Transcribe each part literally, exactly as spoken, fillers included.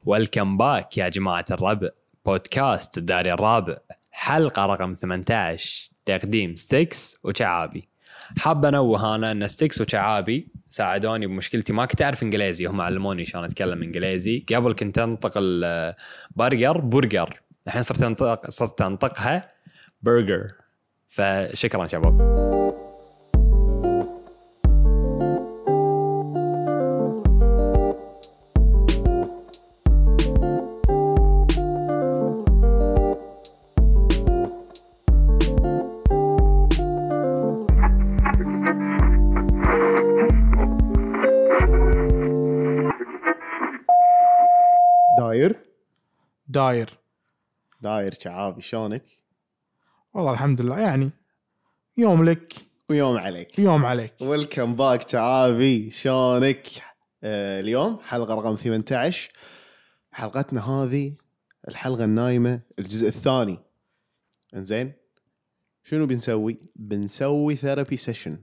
ويلكم باك يا جماعة الربع، بودكاست الداري الرابع، حلقة رقم ثمانية عشر، تقديم ستيكس وشعابي. حاب أنوه أنا أن ستيكس وشعابي ساعدوني بمشكلتي، ما كنت أعرف إنجليزي، هم علموني شلون أتكلم إنجليزي. قبل كنت أنطق البرجر برجر، الحين صرت أنطق صرت أنطقها برجر. فشكرا شباب. داير داير داير شعابي، شلونك؟ والله الحمد لله، يعني يوم لك ويوم عليك يوم عليك. ويلكم باك شعابي، شلونك؟ آه اليوم حلقة رقم ثمانية عشر. حلقتنا هذه الحلقة النايمة، الجزء الثاني. انزين، شنو بنسوي؟ بنسوي ثيرابي سيشن.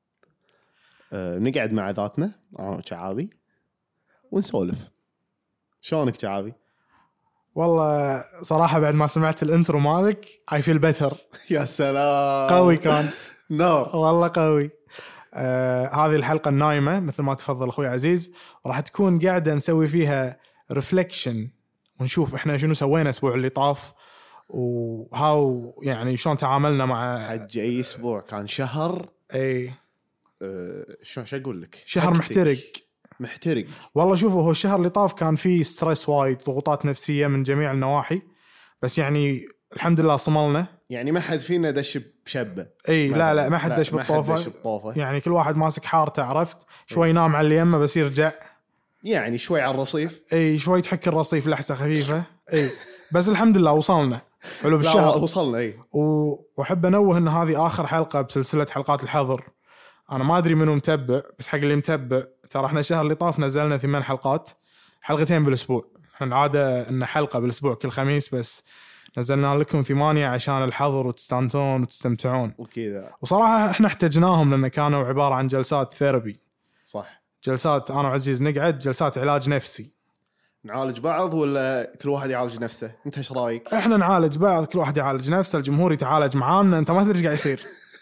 آه نقعد مع ذاتنا انا شعابي ونسولف. شلونك شعابي؟ والله صراحة بعد ما سمعت الانترو مالك I feel better. يا سلام، قوي كان. نو والله قوي. آه هذه الحلقة النايمة مثل ما تفضل أخوي عزيز، وراح تكون قاعدة نسوي فيها ريفليكشن ونشوف إحنا شنو سوينا الأسبوع اللي طاف، وهاو يعني شلون تعاملنا مع حج أي أسبوع. كان شهر أي أه شو شو أقول لك، شهر محترق محترق والله. شوفوا، هو الشهر اللي طاف كان فيه ستريس وايد، ضغوطات نفسية من جميع النواحي، بس يعني الحمد لله صملنا. يعني ما حد فينا دش بشبه. اي لا لا ما حد دش بالطوفة. يعني كل واحد ماسك حارته، عرفت؟ شوي نام على اللي يمه بس يرجع، يعني شوي على الرصيف، اي شوي تحك الرصيف لحسة خفيفة. اي بس الحمد لله وصلنا حلو بالشهر، وصلنا. اي وأحب أنوه ان هذه آخر حلقة بسلسلة حلقات الحظر. انا ما ادري منو متبع، بس حق اللي متبع ترى احنا الشهر اللي طاف نزلنا ثمان حلقات، حلقتين بالاسبوع. احنا العاده ان حلقه بالاسبوع كل خميس، بس نزلنا لكم ثمانية عشان الحظر وتستانسون وتستمتعون وكذا. وصراحه احنا احتجناهم لان كانوا عباره عن جلسات ثيرابي. صح، جلسات انا وعزيز نقعد جلسات علاج نفسي. نعالج بعض ولا كل واحد يعالج نفسه؟ انت ايش رايك؟ احنا نعالج بعض، كل واحد يعالج نفسه، الجمهور يتعالج معانا. انت ما تدري ايش قاعد يصير.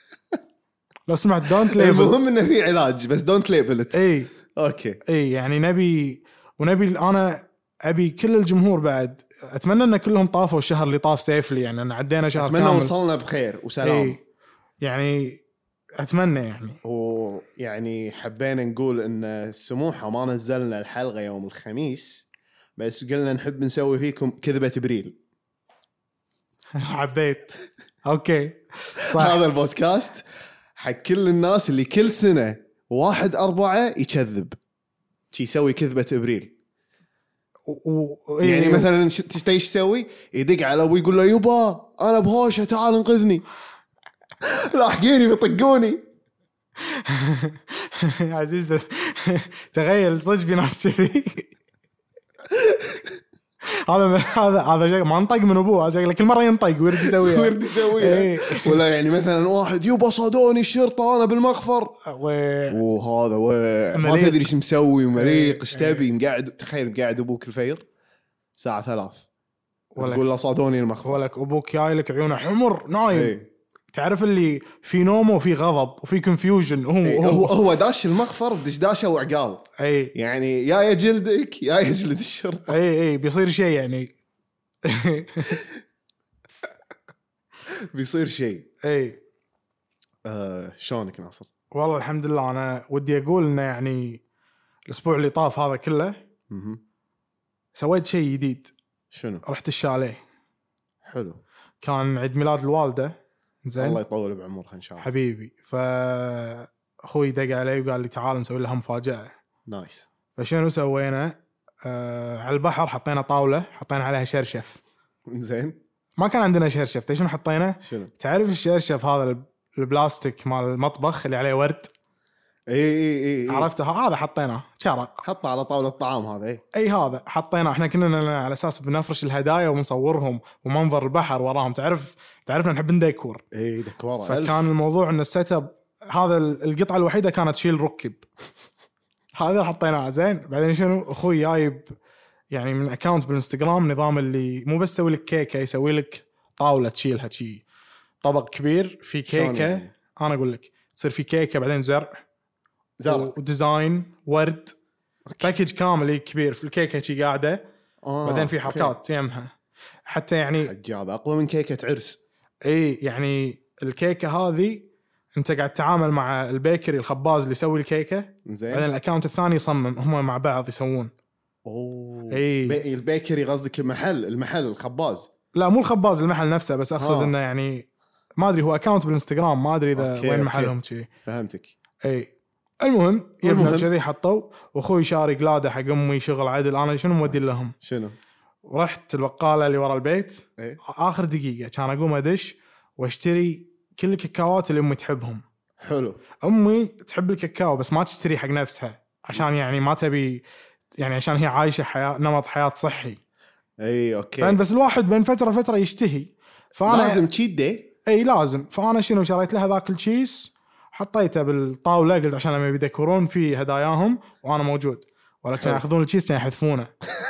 لو سمعت دونت ليبل، المهم انه في علاج بس دونت ليبل. اي اوكي اي يعني نبي ونبي انا ابي كل الجمهور بعد. اتمنى ان كلهم طافوا الشهر اللي طاف سيفلي، يعني انا عدينا شهر اتمنى كامل، وصلنا بخير وسلام. اي يعني اتمنى يعني. ويعني حبينا نقول ان سموحه ما نزلنا الحلقه يوم الخميس، بس قلنا نحب نسوي فيكم كذبه ابريل. حبيت. اوكي صح. هذا البودكاست حق كل الناس اللي كل سنة واحد أربعة يكذب، شي يسوي كذبة إبريل. و... و... يعني مثلا تيش يسوي، يدق على أبوي يقول له يبا أنا بهوشة تعال انقذني. لاحقيني بيطقوني. عزيز تخيل صدق في ناس كذي. هذا هذا هذا شيء ما انطق من ابوه، هذا كل مره ينطق ويرد يسويها ويرد يسويها. ولا يعني مثلا واحد يبا صادوني الشرطه انا بالمخفر، وهذا ما تدري ايش مسوي ومريق ايش تبي مقعد. تخيل مقعد ابوك الفير الساعه ثلاث تقول له صادوني المخفر، ولك ابوك جاي لك عيونه حمر نايم. ايه. تعرف اللي في نوم وفي غضب وفي كونفيوجن. هو ايه. هو هو داش المخفر دش داشه وعقال. اي يعني يا يجلدك يا يجلد الشرطه. اي اي بيصير شيء يعني. بيصير شيء. اي آه شلونك ناصر؟ والله الحمد لله. انا ودي اقول انه يعني الاسبوع اللي طاف هذا كله م- سويت شيء جديد. شنو؟ رحت الشاليه. حلو. كان عيد ميلاد الوالده. زين، الله يطول بعمرها ان شاء الله حبيبي. فاخوي دق علي وقال لي تعال نسوي لها مفاجاه. نايس. فشنو سوينا؟ آه على البحر حطينا طاوله، حطينا عليها شرشف. زين. ما كان عندنا شرشف. شنو حطينا؟ شنو؟ تعرف الشرشف هذا البلاستيك مال المطبخ اللي عليه ورد؟ اي اي اي عرفته هذا؟ حطيناه شرق، حطه على طاوله الطعام هذا. اي اي هذا حطينا. احنا كنا على اساس بنفرش الهدايا ونصورهم ومنظر البحر وراهم. تعرف تعرفنا نحب نديكور. اي ديكور. فكان الموضوع ان السيت اب هذا القطعه الوحيده كانت تشيل ركب. هذا حطيناه. زين، بعدين شنو اخوي جايب يعني من اكاونت بالانستغرام، نظام اللي مو بس يسوي لك كيكه، يسوي لك طاوله تشيلها شي طبق كبير في كيكه يعني؟ انا اقول لك تصير في كيكه بعدين زرع زرع وديزاين ورد باكج كامل كبير في الكيكه شي قاعده آه. بعدين في حركات يمها حتى يعني حجاب اقوى من كيكه عرس. اي يعني الكيكه هذه انت قاعد تتعامل مع البيكري الخباز اللي يسوي الكيكه، زين بعدين الاكاونت الثاني يصمم، هم مع بعض يسوون. اوه اي بي... البيكري قصدك المحل المحل الخباز؟ لا مو الخباز، المحل نفسه، بس اقصد آه. انه يعني ما ادري هو اكاونت بالانستغرام، ما ادري اذا أوكي، وين أوكي. محلهم شي. فهمتك. اي المهم يبنوا المهم. كذي حطوا، واخوي شاري قلاده حق امي شغل عدل، انا شنو مودي لهم. شنو؟ ورحت البقاله اللي ورا البيت إيه؟ اخر دقيقه كان اقوم ادش واشتري كل الكاكاوات اللي امي تحبهم. حلو. امي تحب الكاكاو بس ما تشتري حق نفسها، عشان يعني ما تبي، يعني عشان هي عايشه حياه نمط حياه صحي. اي اوكي. فان بس الواحد بين فتره فتره يشتهي، فانا لازم تشيت دي. اي لازم. فانا شنو شريت لها ذاك التشيس، حطيته بالطاوله، قلت عشان لما يديكورون في هداياهم وانا موجود، ولكن ياخذون التشيس كانوا يحذفونه.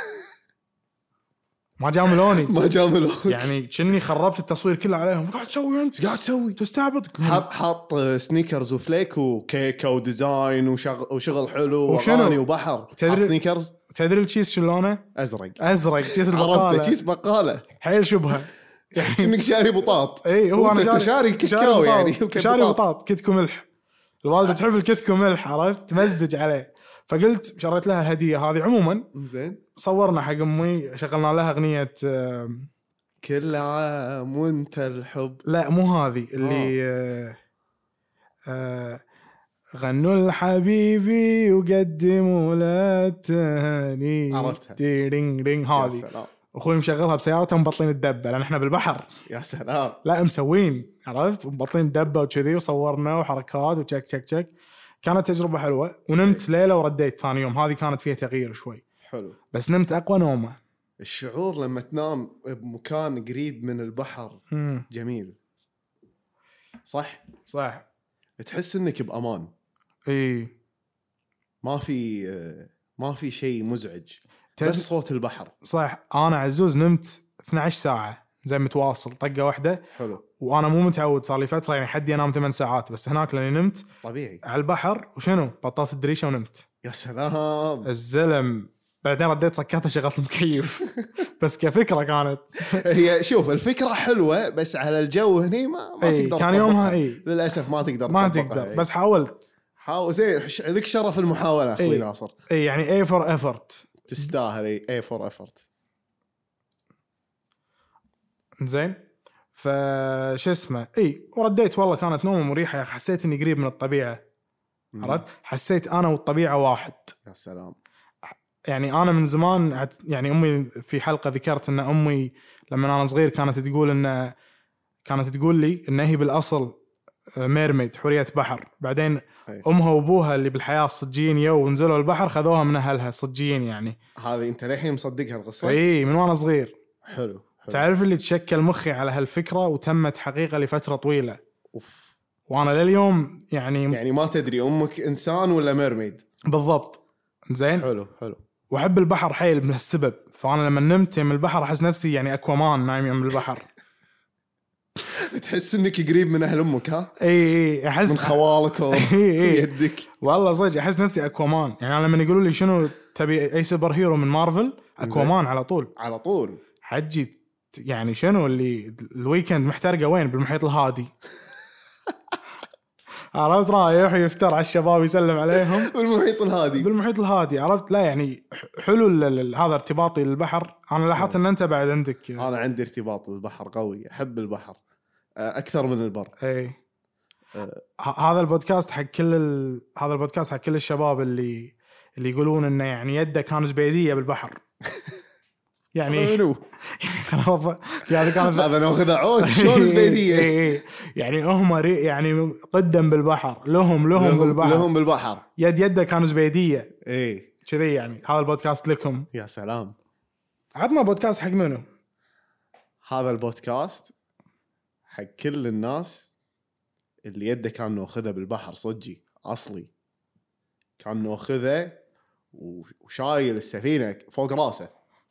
ما جاملوني ما جاملوك يعني كني خربت التصوير كله عليهم. قاعد تسوي انت؟ ايش قاعد تسوي؟ تستعبط. حاط حاط سنيكرز وفليك وكيكه وديزاين وشغل وشغل حلو وشنو؟ واغاني وبحر. تدري- حاط سنيكرز تدري التشيس شلونه؟ ازرق. ازرق تشيس عرفته البقاله، تشيس بقاله. حيل شبهه. كأنك شاري بطاط. اي هو وأنت انا شاري كاكاو يعني بطاط. شاري بطاط كتكو ملح. الوالده تحب الكتكو ملح، عرفت، تمزج عليه. فقلت شريت لها الهديه هذه. عموما زين صورنا حق امي، شغلنا لها اغنيه آم، كل عام وانت الحب. لا مو هذه اللي آه. آه غنوا لحبيبي وقدموا له التهاني. عرفتها. ديرينج رينج يا هذه. سلام اخوي مشغلها بسيارته ومبطلين الدبه، لان احنا بالبحر. يا سلام. لا مسوين، عرفت، ومبطلين دبه وكذي، وصورنا وحركات وتشك تشك تشك. كانت تجربه حلوه. ونمت ليله ورديت ثاني يوم، هذه كانت فيها تغيير شوي، حلو. بس نمت اقوى نومه. الشعور لما تنام بمكان قريب من البحر مم. جميل. صح صح. تحس انك بامان. اي ما في ما في شيء مزعج، تد... بس صوت البحر. صح. انا عزوز نمت اثنتي عشرة ساعه زي متواصل، طقه واحده. حلو. وانا مو متعود، صار لي فتره يعني حدي انام ثمان ساعات، بس هناك لاني نمت طبيعي على البحر وشنو بطلت الدريشه ونمت. يا سلام. الزلم. بعدين رديت سكرته شغلت المكيف. بس كفكره كانت هي شوف الفكره حلوه، بس على الجو هني ما, ما اي تقدر كان تطبقها. يومها اي للاسف ما تقدر ما تطبقها. تقدر، إيه. بس حاولت. حاول زين لك شرف المحاوله اخوي إيه. ناصر. اي يعني اي فور ايفورت، تستاهل. اي اي فور افورت. زين. فش اسمه اي ورديت، والله كانت نومه مريحه يا اخي. حسيت اني قريب من الطبيعه، عرفت، حسيت انا والطبيعه واحد. يا سلام. يعني انا من زمان يعني امي في حلقه ذكرت ان امي لما انا صغير كانت تقول ان كانت تقول لي ان هي بالاصل ميرميد، حوريه بحر. بعدين أي. امها وابوها اللي بالحياه الصجيين يو ونزلوا البحر خذوها من اهلها الصجيين يعني. هذه انت للحين مصدقها القصه؟ اي من وانا صغير. حلو, حلو. تعرف اللي تشكل مخي على هالفكره وتمت حقيقه لفتره طويله. اوف. وانا لليوم يعني يعني ما تدري امك انسان ولا ميرميد. بالضبط. زين. حلو حلو. واحب البحر حيل من هالسبب. فانا لما نمت يم البحر احس نفسي يعني اكوامان نايم يم البحر. تحس انك قريب من اهل امك ها؟ اي اي احس من خوالك ويدك. والله صدق احس نفسي اكوامان. يعني أنا لما يقولوا لي شنو تبي اي سوبر هيرو من مارفل، اكوامان على طول على طول. حجي. يعني شنو اللي الويكند محترقه وين؟ بالمحيط الهادي. عرفت، رايح يفتر على الشباب يسلم عليهم بالمحيط الهادي. بالمحيط الهادي عرفت. لا يعني حلو هذا ارتباطي للبحر. انا لاحظت ان انت بعد عندك. انا عندي ارتباط للبحر قوي، احب البحر اكثر من البر. اي أه. هذا البودكاست حق كل ال... هذا البودكاست حق كل الشباب اللي اللي يقولون انه يعني يده كانت زبيديه بالبحر. يعني منو خلاص يعني كانت هذا ناخذها عود شلون زبيديه. يعني هم يعني قدم بالبحر لهم لهم, لهم بالبحر لهم بالبحر يد يده كانوا زبيديه. اي كذي يعني. هذا البودكاست لكم. يا سلام. عطنا بودكاست حق منو؟ هذا البودكاست حق كل الناس اللي يده كان ناخذها بالبحر صجي اصلي، كان ناخذها وشايل السفينه فوق راسه.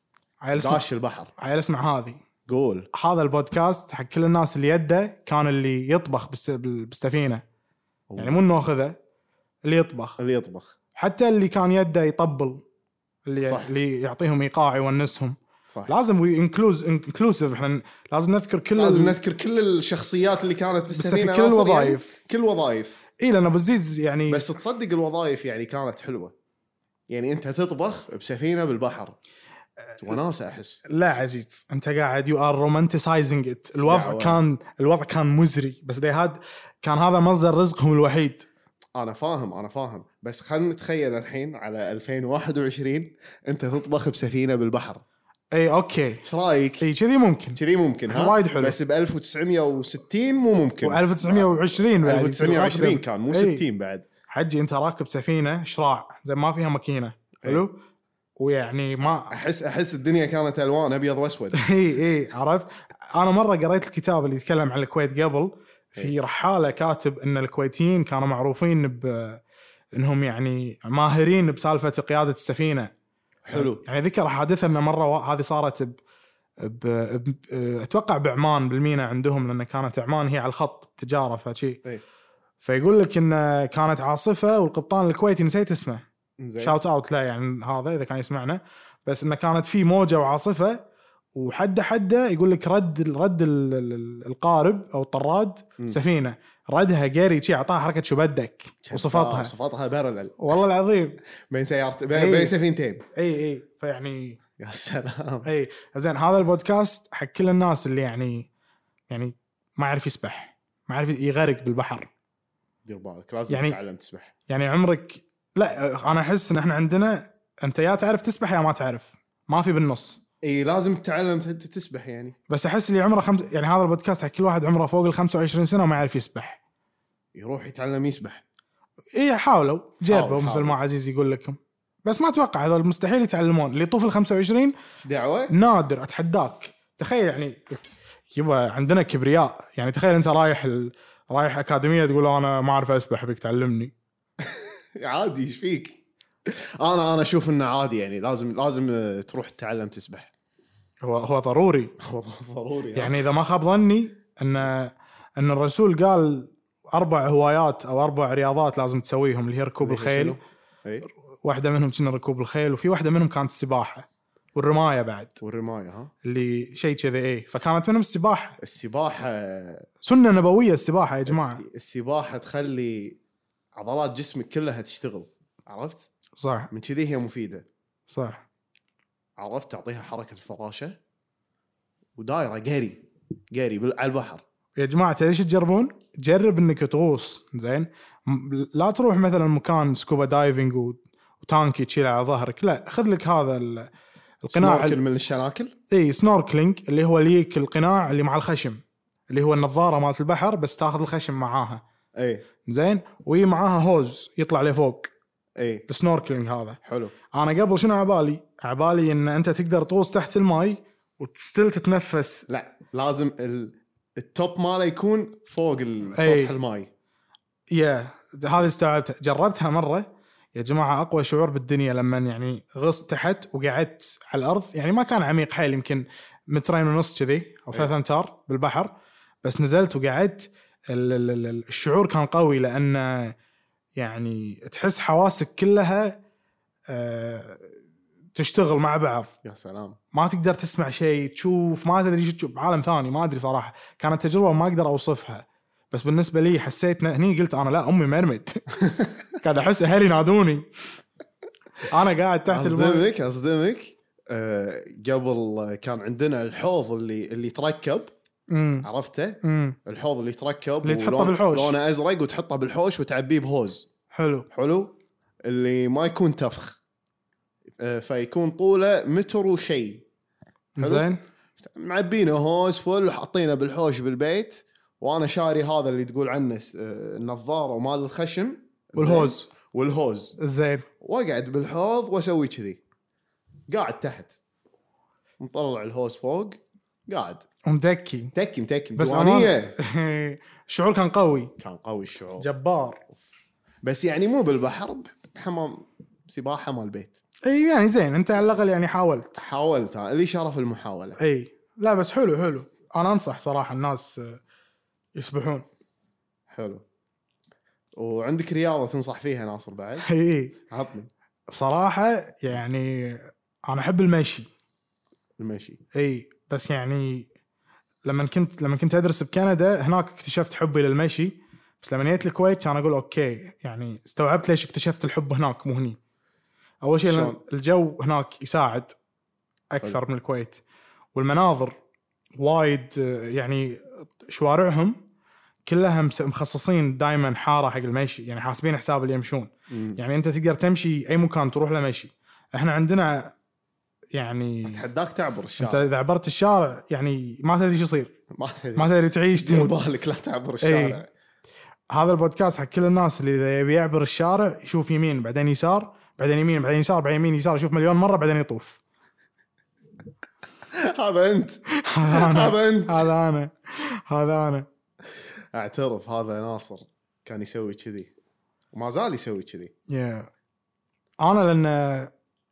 داش البحر. عيل اسمع هذه، قول. هذا البودكاست حق كل الناس اللي يده كان اللي يطبخ بالسفينة، يعني مو انه اخذه، اللي يطبخ اللي يطبخ حتى اللي كان يده يطبل، اللي صح. اللي يعطيهم ايقاع يونسهم. صح. لازم انكلوز انكلوسيف، احنا لازم نذكر كل لازم ال... نذكر كل الشخصيات اللي كانت بالسفينة، كل الوظائف يعني كل وظائف. اي لأن ابو عزيز يعني بس تصدق الوظائف يعني كانت حلوة، يعني انت تطبخ بسفينة بالبحر وناسة احس. لا عزيز انت قاعد يو ار رومانتسايزنج ات. الوضع كان الوضع كان مزري، بس ده هاد كان هذا مصدر رزقهم الوحيد. انا فاهم انا فاهم بس خلينا نتخيل الحين على ألفين وواحد وعشرين انت تطبخ بسفينة بالبحر. اي اوكي، ايش رايك؟ اي كذي ممكن كذي ممكن ها وايد حلو. بس ب ألف وتسعمية وستين مو ممكن، و ألف وتسعمية وعشرين ألف وتسعمية وعشرين كان مو ايه. ستين بعد. حجي انت راكب سفينة شراع زي ما فيها ماكينة حلو ايه. ويعني ما احس احس الدنيا كانت الوان ابيض واسود. اي اي عرفت. انا مرة قريت الكتاب اللي يتكلم عن الكويت قبل، في رحالة كاتب ان الكويتيين كانوا معروفين ب انهم يعني ماهرين بسالفة قيادة السفينة. حلو. يعني ذكر حادثة ان مرة هذه صارت ب... ب... ب... اتوقع بعمان بالمينا عندهم، لان كانت عمان هي على الخط تجارة فشي. فيقول لك ان كانت عاصفة والقبطان الكويتي نسيت اسمه، شاوت اوت لا يعني هذا اذا كان يسمعنا، بس انه كانت في موجة وعاصفة وحده حده يقول لك رد رد القارب او الطراد م. سفينة ردها جاري شي اعطاها حركة شو بدك وصفاتها وصفاتها بارلل والله العظيم بين سيارتين بين ايه. سفينتين. اي اي فيعني يا سلام. اي زين هذا البودكاست حق كل الناس اللي يعني يعني ما يعرف يسبح، ما يعرف يغرق بالبحر. دير بالك لازم يعني تتعلم تسبح. يعني عمرك لا انا احس ان احنا عندنا انت يا تعرف تسبح يا ما تعرف، ما في بالنص. اي لازم تتعلم تسبح يعني. بس احس اللي عمره خمس يعني هذا البودكاست حق كل واحد عمره فوق ال خمسة وعشرين سنة وما يعرف يسبح يروح يتعلم يسبح. ايه حاولوا جربوا مثل ما عزيز يقول لكم، بس ما اتوقع هذول مستحيل يتعلمون. اللي يطوف ال خمسة وعشرين ايش دعوه نادر، اتحداك. تخيل يعني يبا عندنا كبرياء، يعني تخيل انت رايح ال... رايح اكاديميه تقول انا ما اعرف اسبح بك تعلمني. عادي ايش فيك؟ انا انا اشوف انه عادي، يعني لازم لازم تروح تتعلم تسبح. هو هو ضروري هو ضروري يعني اذا ما خاب ظني ان ان الرسول قال اربع هوايات او اربع رياضات لازم تسويهم، اللي هي ركوب الخيل. واحده منهم كنا ركوب الخيل، وفي واحده منهم كانت السباحه والرمايه بعد. والرمايه ها اللي شيء كذا ايه. فكانت منهم السباحه. السباحه سنه نبويه السباحه يا جماعه. السباحه تخلي عضلات جسمك كلها تشتغل، عرفت؟ صح. من كذي هي مفيده. صح. عرفت تعطيها حركه الفراشه ودايره قاري قاري على البحر. يا جماعه ليش تجربون؟ جرب انك تغوص زين، لا تروح مثلا مكان سكوبا دايفنج وتانكي تشيل على ظهرك، لا خذ لك هذا القناع سنوركل من الشناكل. اي سنوركلينج اللي هو ليك القناع اللي مع الخشم، اللي هو النظاره مالت البحر بس تاخذ الخشم معاها. اي زين، وهي معاها هوز يطلع لفوق. اي السنوركلينج هذا حلو. انا قبل شنو عبالي عبالي ان انت تقدر تغوص تحت الماء وتستل تتنفس. لا لازم ال... التوب ماله يكون فوق سطح الماء. يا هذه استوعبتها، جربتها مره يا جماعه، اقوى شعور بالدنيا لما يعني غصت تحت وقعدت على الارض. يعني ما كان عميق حيل، يمكن مترين ونص كذي او ثلاثة امتار بالبحر، بس نزلت وقعدت. الشعور كان قوي لان يعني تحس حواسك كلها أه تشتغل مع بعض. يا سلام. ما تقدر تسمع شيء، تشوف ما تدري شو تشوف، عالم ثاني ما ادري صراحه. كانت تجربه ما اقدر اوصفها، بس بالنسبه لي حسيت هني قلت انا لا امي مرمت. قاعد احس اهلي نادوني انا قاعد تحت الماء. اصدمك اصدمك أه قبل كان عندنا الحوض اللي اللي تركب. مم. عرفته؟ مم. الحوض اللي تركب اللي تحطه بالحوش، لونه ازرق وتحطه بالحوش وتعبيه بهوز. حلو حلو. اللي ما يكون تفخ، أه فيكون طوله متر وشي. زين. معبينه هوز فل وحاطينه بالحوش بالبيت، وانا شاري هذا اللي تقول عنه النظاره ومال الخشم والهوز والهوز زين. واقعد بالحوض واسوي كذي، قاعد تحت مطلع الهوز فوق، قاعد ومتكي متكي متكي بس أمانة الشعور كان قوي، كان قوي الشعور جبار. بس يعني مو بالبحر، بحمام سباحه مال البيت. اي يعني زين انت على الاقل يعني حاولت حاولت اللي شرف المحاوله. اي لا بس حلو حلو انا انصح صراحه الناس يسبحون. حلو. وعندك رياضه تنصح فيها ناصر بعد؟ اي عطني. بصراحه يعني انا احب المشي. المشي اي بس يعني لما كنت لما كنت ادرس بكندا هناك اكتشفت حبي للمشي. بس لما جيت الكويت كان اقول اوكي يعني استوعبت ليش اكتشفت الحب هناك مو هني. اول شيء الجو هناك يساعد اكثر حلو. من الكويت والمناظر وايد يعني شوارعهم كلها مخصصين دائما حاره حق المشي يعني حاسبين حساب اللي يمشون. م. يعني انت تقدر تمشي اي مكان تروح له مشي. احنا عندنا يعني اتحداك تعبر الشارع. انت اذا عبرت الشارع يعني ما تدري شو يصير ما تدري ما تدري تعيش تموت بالك لا تعبر الشارع. ايه. هذا البودكاست حق كل الناس اللي اذا يبي يعبر الشارع يشوف يمين بعدين يسار بعدين يمين بعدين يسار بعدين يمين يسار يشوف مليون مره بعدين يطوف. هذا انت هذا انت هذا انا هذا انا اعترف هذا ناصر كان يسوي كذي وما زال يسوي كذي. yeah. انا لان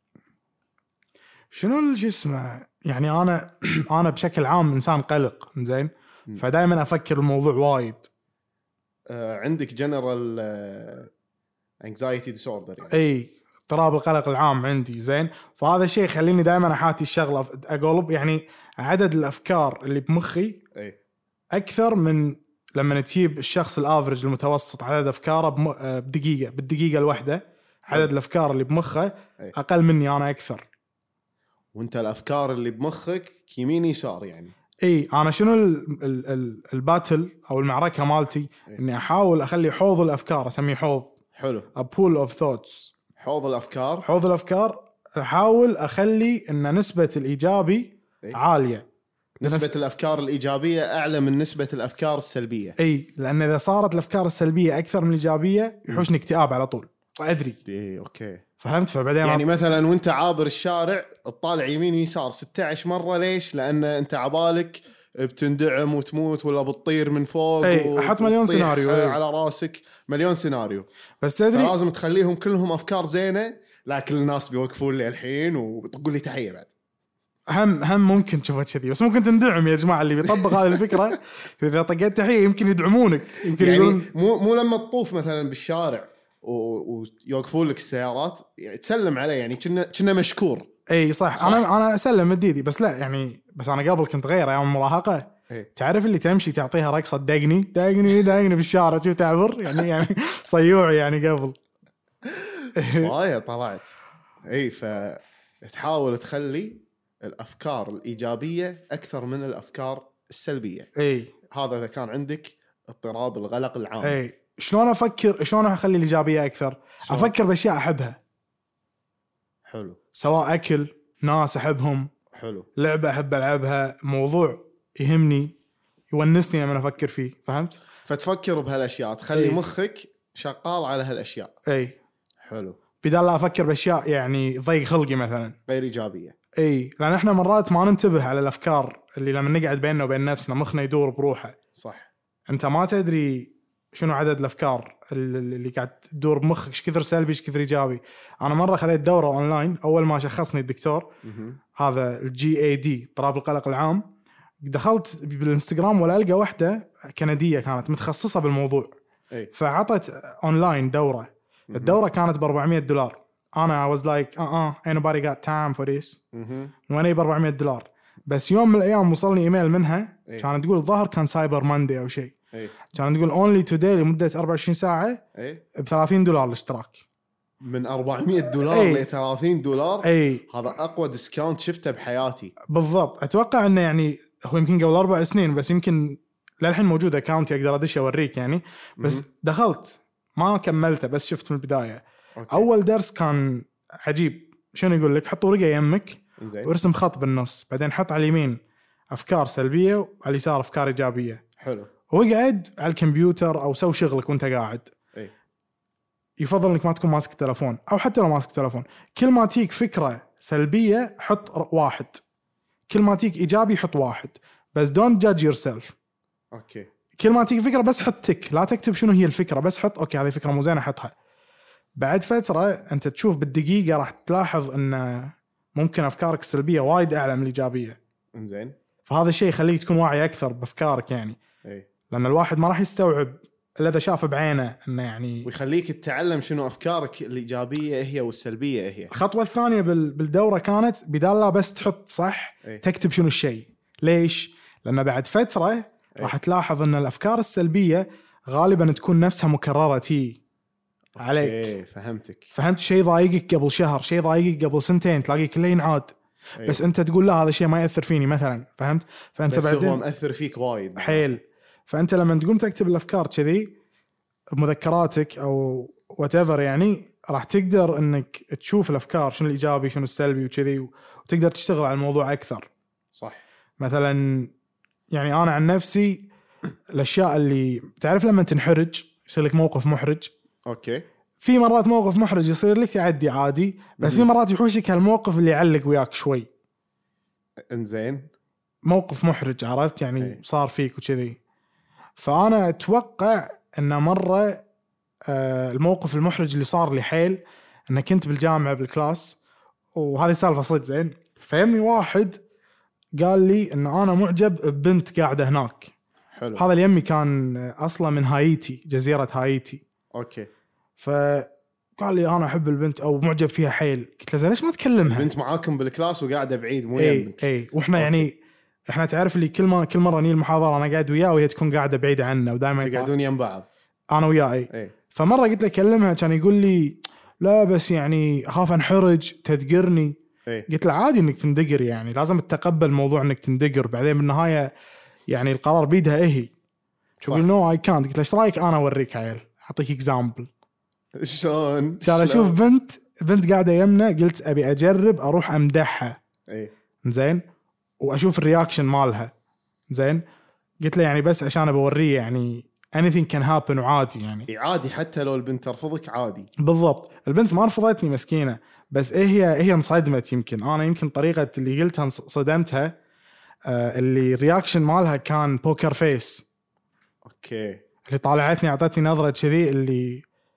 شنو الجسم يعني انا انا بشكل عام انسان قلق زين فدائما افكر الموضوع وايد. آه عندك جنرال انكزايتي ديسوردر يعني. اي اضطراب القلق العام عندي زين. فهذا الشيء يخليني دائما احاتي الشغله اقلب يعني عدد الافكار اللي بمخي أي. اكثر من لما تجيب الشخص الافرج المتوسط عدد افكاره بدقيقه بالدقيقه الواحده عدد أي. الافكار اللي بمخه أي. اقل مني انا اكثر. وانت الافكار اللي بمخك يمين يسار يعني. اي انا شنو ال ال ال الباتل او المعركه مالتي أي. اني احاول اخلي حوض الافكار اسميه حوض. حلو. a pool of thoughts. حوض الافكار. حوض الافكار احاول اخلي ان نسبه الايجابي أي. عاليه. نسبه نس... الافكار الايجابيه اعلى من نسبه الافكار السلبيه. اي لان اذا صارت الافكار السلبيه اكثر من الايجابيه يحوشني اكتئاب على طول وادري. اي اوكي فهمت. فبعدين يعني مثلا وانت عابر الشارع تطالع يمين ويسار ستة عشر مره ليش؟ لان انت عبالك بتندعم وتموت ولا بتطير من فوق. اي احط مليون سيناريو على راسك مليون سيناريو. بس تدري لازم تخليهم كلهم افكار زينه لكن الناس بيوقفون لي الحين وتقول لي تحيه بعد. هم هم ممكن تشوفها كذي بس ممكن تندعم يا جماعه اللي بيطبق هذه الفكره. اذا طقيت تحيه يمكن يدعمونك يمكن يعني يقولون مو مو لما تطوف مثلا بالشارع ويوقفون لك السيارات يعني تسلم عليه يعني كنا كنا مشكور. اي صح, صح. انا انا اسلم مديدي بس لا يعني بس انا قبل كنت غير ايام المراهقه. إيه؟ تعرف اللي تمشي تعطيها رقصه دقني دقني دقني بالشارع شو تعبر يعني يعني صيوع يعني قبل صاير طلعت. اي فتحاول تخلي الافكار الايجابيه اكثر من الافكار السلبيه. اي هذا اذا كان عندك اضطراب القلق العام. اي شلون افكر شلون اخلي الايجابيه اكثر؟ شلون؟ افكر باشياء احبها. حلو. سواء اكل ناس احبهم. حلو. لعبه احب العبها موضوع يهمني يونسني لما افكر فيه. فهمت. فتفكر بهالاشياء تخلي أي. مخك شغال على هالاشياء. اي حلو. بدال لا افكر باشياء يعني ضيق خلقي مثلا غير ايجابيه. اي لان احنا مرات ما ننتبه على الافكار اللي لما نقعد بيننا وبين نفسنا مخنا يدور بروحه. صح. انت ما تدري شنو عدد الافكار اللي قاعد تدور بمخك ايش كثر سلبي ايش كثر ايجابي. انا مره خذيت دوره اونلاين اول ما شخصني الدكتور م- هذا الجي اي دي اضطراب القلق العام. دخلت بالانستغرام ولا القى واحده كنديه كانت متخصصه بالموضوع. أي. فعطت اونلاين دوره. م- الدوره كانت ب أربعمية دولار. انا was like اه اه nobody got time for this. وانا ب أربعمية دولار. بس يوم من الايام وصلني ايميل منها كانت تقول الظاهر كان سايبر ماندي او شيء. كانت تقول only today لمده أربعة وعشرين ساعه ب ثلاثين دولار الاشتراك. من أربعمية دولار ل ثلاثين دولار. أي. هذا اقوى ديسكاونت شفته بحياتي. بالضبط. اتوقع انه يعني هو يمكن قبل اربع سنين بس يمكن للحين موجود اكاونتي اقدر ادش اوريك يعني. بس م- دخلت ما كملته بس شفت من البدايه. أوكي. اول درس كان عجيب. شنو يقول لك حط ورقه يمك وارسم خط بالنص بعدين حط على اليمين افكار سلبيه وعلى اليسار افكار ايجابيه. حلو. واقعد على الكمبيوتر او سوي شغلك وانت قاعد. أي. يفضل انك ما تكون ماسك تلفون او حتى لو ماسك تلفون كل ما تيك فكره سلبيه حط واحد كل ما تيك ايجابي حط واحد بس don't judge yourself. اوكي. كل ما تيك فكره بس حط تك لا تكتب شنو هي الفكره بس حط اوكي هذه فكره مو زينه حطها. بعد فترة أنت تشوف بالدقيقة راح تلاحظ أن ممكن أفكارك السلبية وايد أعلى من الإيجابية. إنزين. فهذا الشيء يخليك تكون واعي أكثر بأفكارك يعني. أي. لأن الواحد ما راح يستوعب إلا إذا شافه بعينه إنه يعني. ويخليك تتعلم شنو أفكارك الإيجابية هي والسلبية هي. الخطوة الثانية بالدورة كانت بدال لا بس تحط صح أي. تكتب شنو الشيء. ليش؟ لأن بعد فترة راح تلاحظ أن الأفكار السلبية غالبا تكون نفسها مكررة تي عليك. أوكي فهمتك. فهمت شيء ضايقك قبل شهر، شيء ضايقك قبل سنتين، تلاقيه كله ينعاد. أيه. بس أنت تقول لا هذا الشيء ما يأثر فيني مثلا، فهمت؟ فأنت بس بعدين هو مأثر فيك وايد حيل. فأنت لما تقوم تكتب الأفكار كذي بمذكراتك أو whatever يعني راح تقدر أنك تشوف الأفكار شنو الإيجابي شنو السلبي وكذي، وتقدر تشتغل على الموضوع أكثر. صح. مثلا يعني أنا عن نفسي الأشياء اللي تعرف لما تنحرج يصير لك موقف محرج. أوكي. في مرات موقف محرج يصير لك تعدي عادي، بس في مرات يحوشك هالموقف اللي يعلق وياك شوي. إنزين. موقف محرج عرفت يعني أي. صار فيك وكذي. فأنا أتوقع أن مرة آه الموقف المحرج اللي صار لي حيل أن كنت بالجامعة بالكلاس، وهذه سالفة صدق زين. فيمني واحد قال لي أن أنا معجب ببنت قاعدة هناك. حلو. هذا اليمي كان أصلا من هايتي، جزيرة هايتي. أوكي. فقال لي أنا أحب البنت أو معجب فيها حيل. قلت له زين ليش ما تكلمها؟ البنت معاكم بالكلاس وقاعدة بعيد مو اي يمك. اي وإحنا أوكي. يعني إحنا تعرف اللي كل ما كل مرة نيجي المحاضرة أنا قاعد وياه وهي تكون قاعدة بعيدة عنه ودائما تقعدون يم بعض. أنا وياه اي. اي. فمرة قلت له كلمها كان يقول لي لا بس يعني أخاف أنحرج تدقرني. اي. قلت له عادي إنك تندقر يعني لازم تتقبل موضوع إنك تندقر، بعدين بالنهاية يعني القرار بيدها إيه. شو قلنا نو اي كانت. قلت له ايش رايك انا اوريك عيل اعطيك اكزامبل. شلون؟ كان اشوف بنت بنت قاعده يمنا قلت ابي اجرب اروح امدحها. اي. زين واشوف الرياكشن مالها. زين قلت له يعني بس عشان بوريه يعني anything can happen وعادي يعني. عادي حتى لو البنت ترفضك عادي. بالضبط. البنت ما رفضتني مسكينه، بس ايه هي هي انصدمت. يمكن انا يمكن طريقه اللي قلتها صدمتها. آه اللي الرياكشن مالها كان بوكر فيس. اوكي. اللي طالعتني اعطتني نظره كذي اللي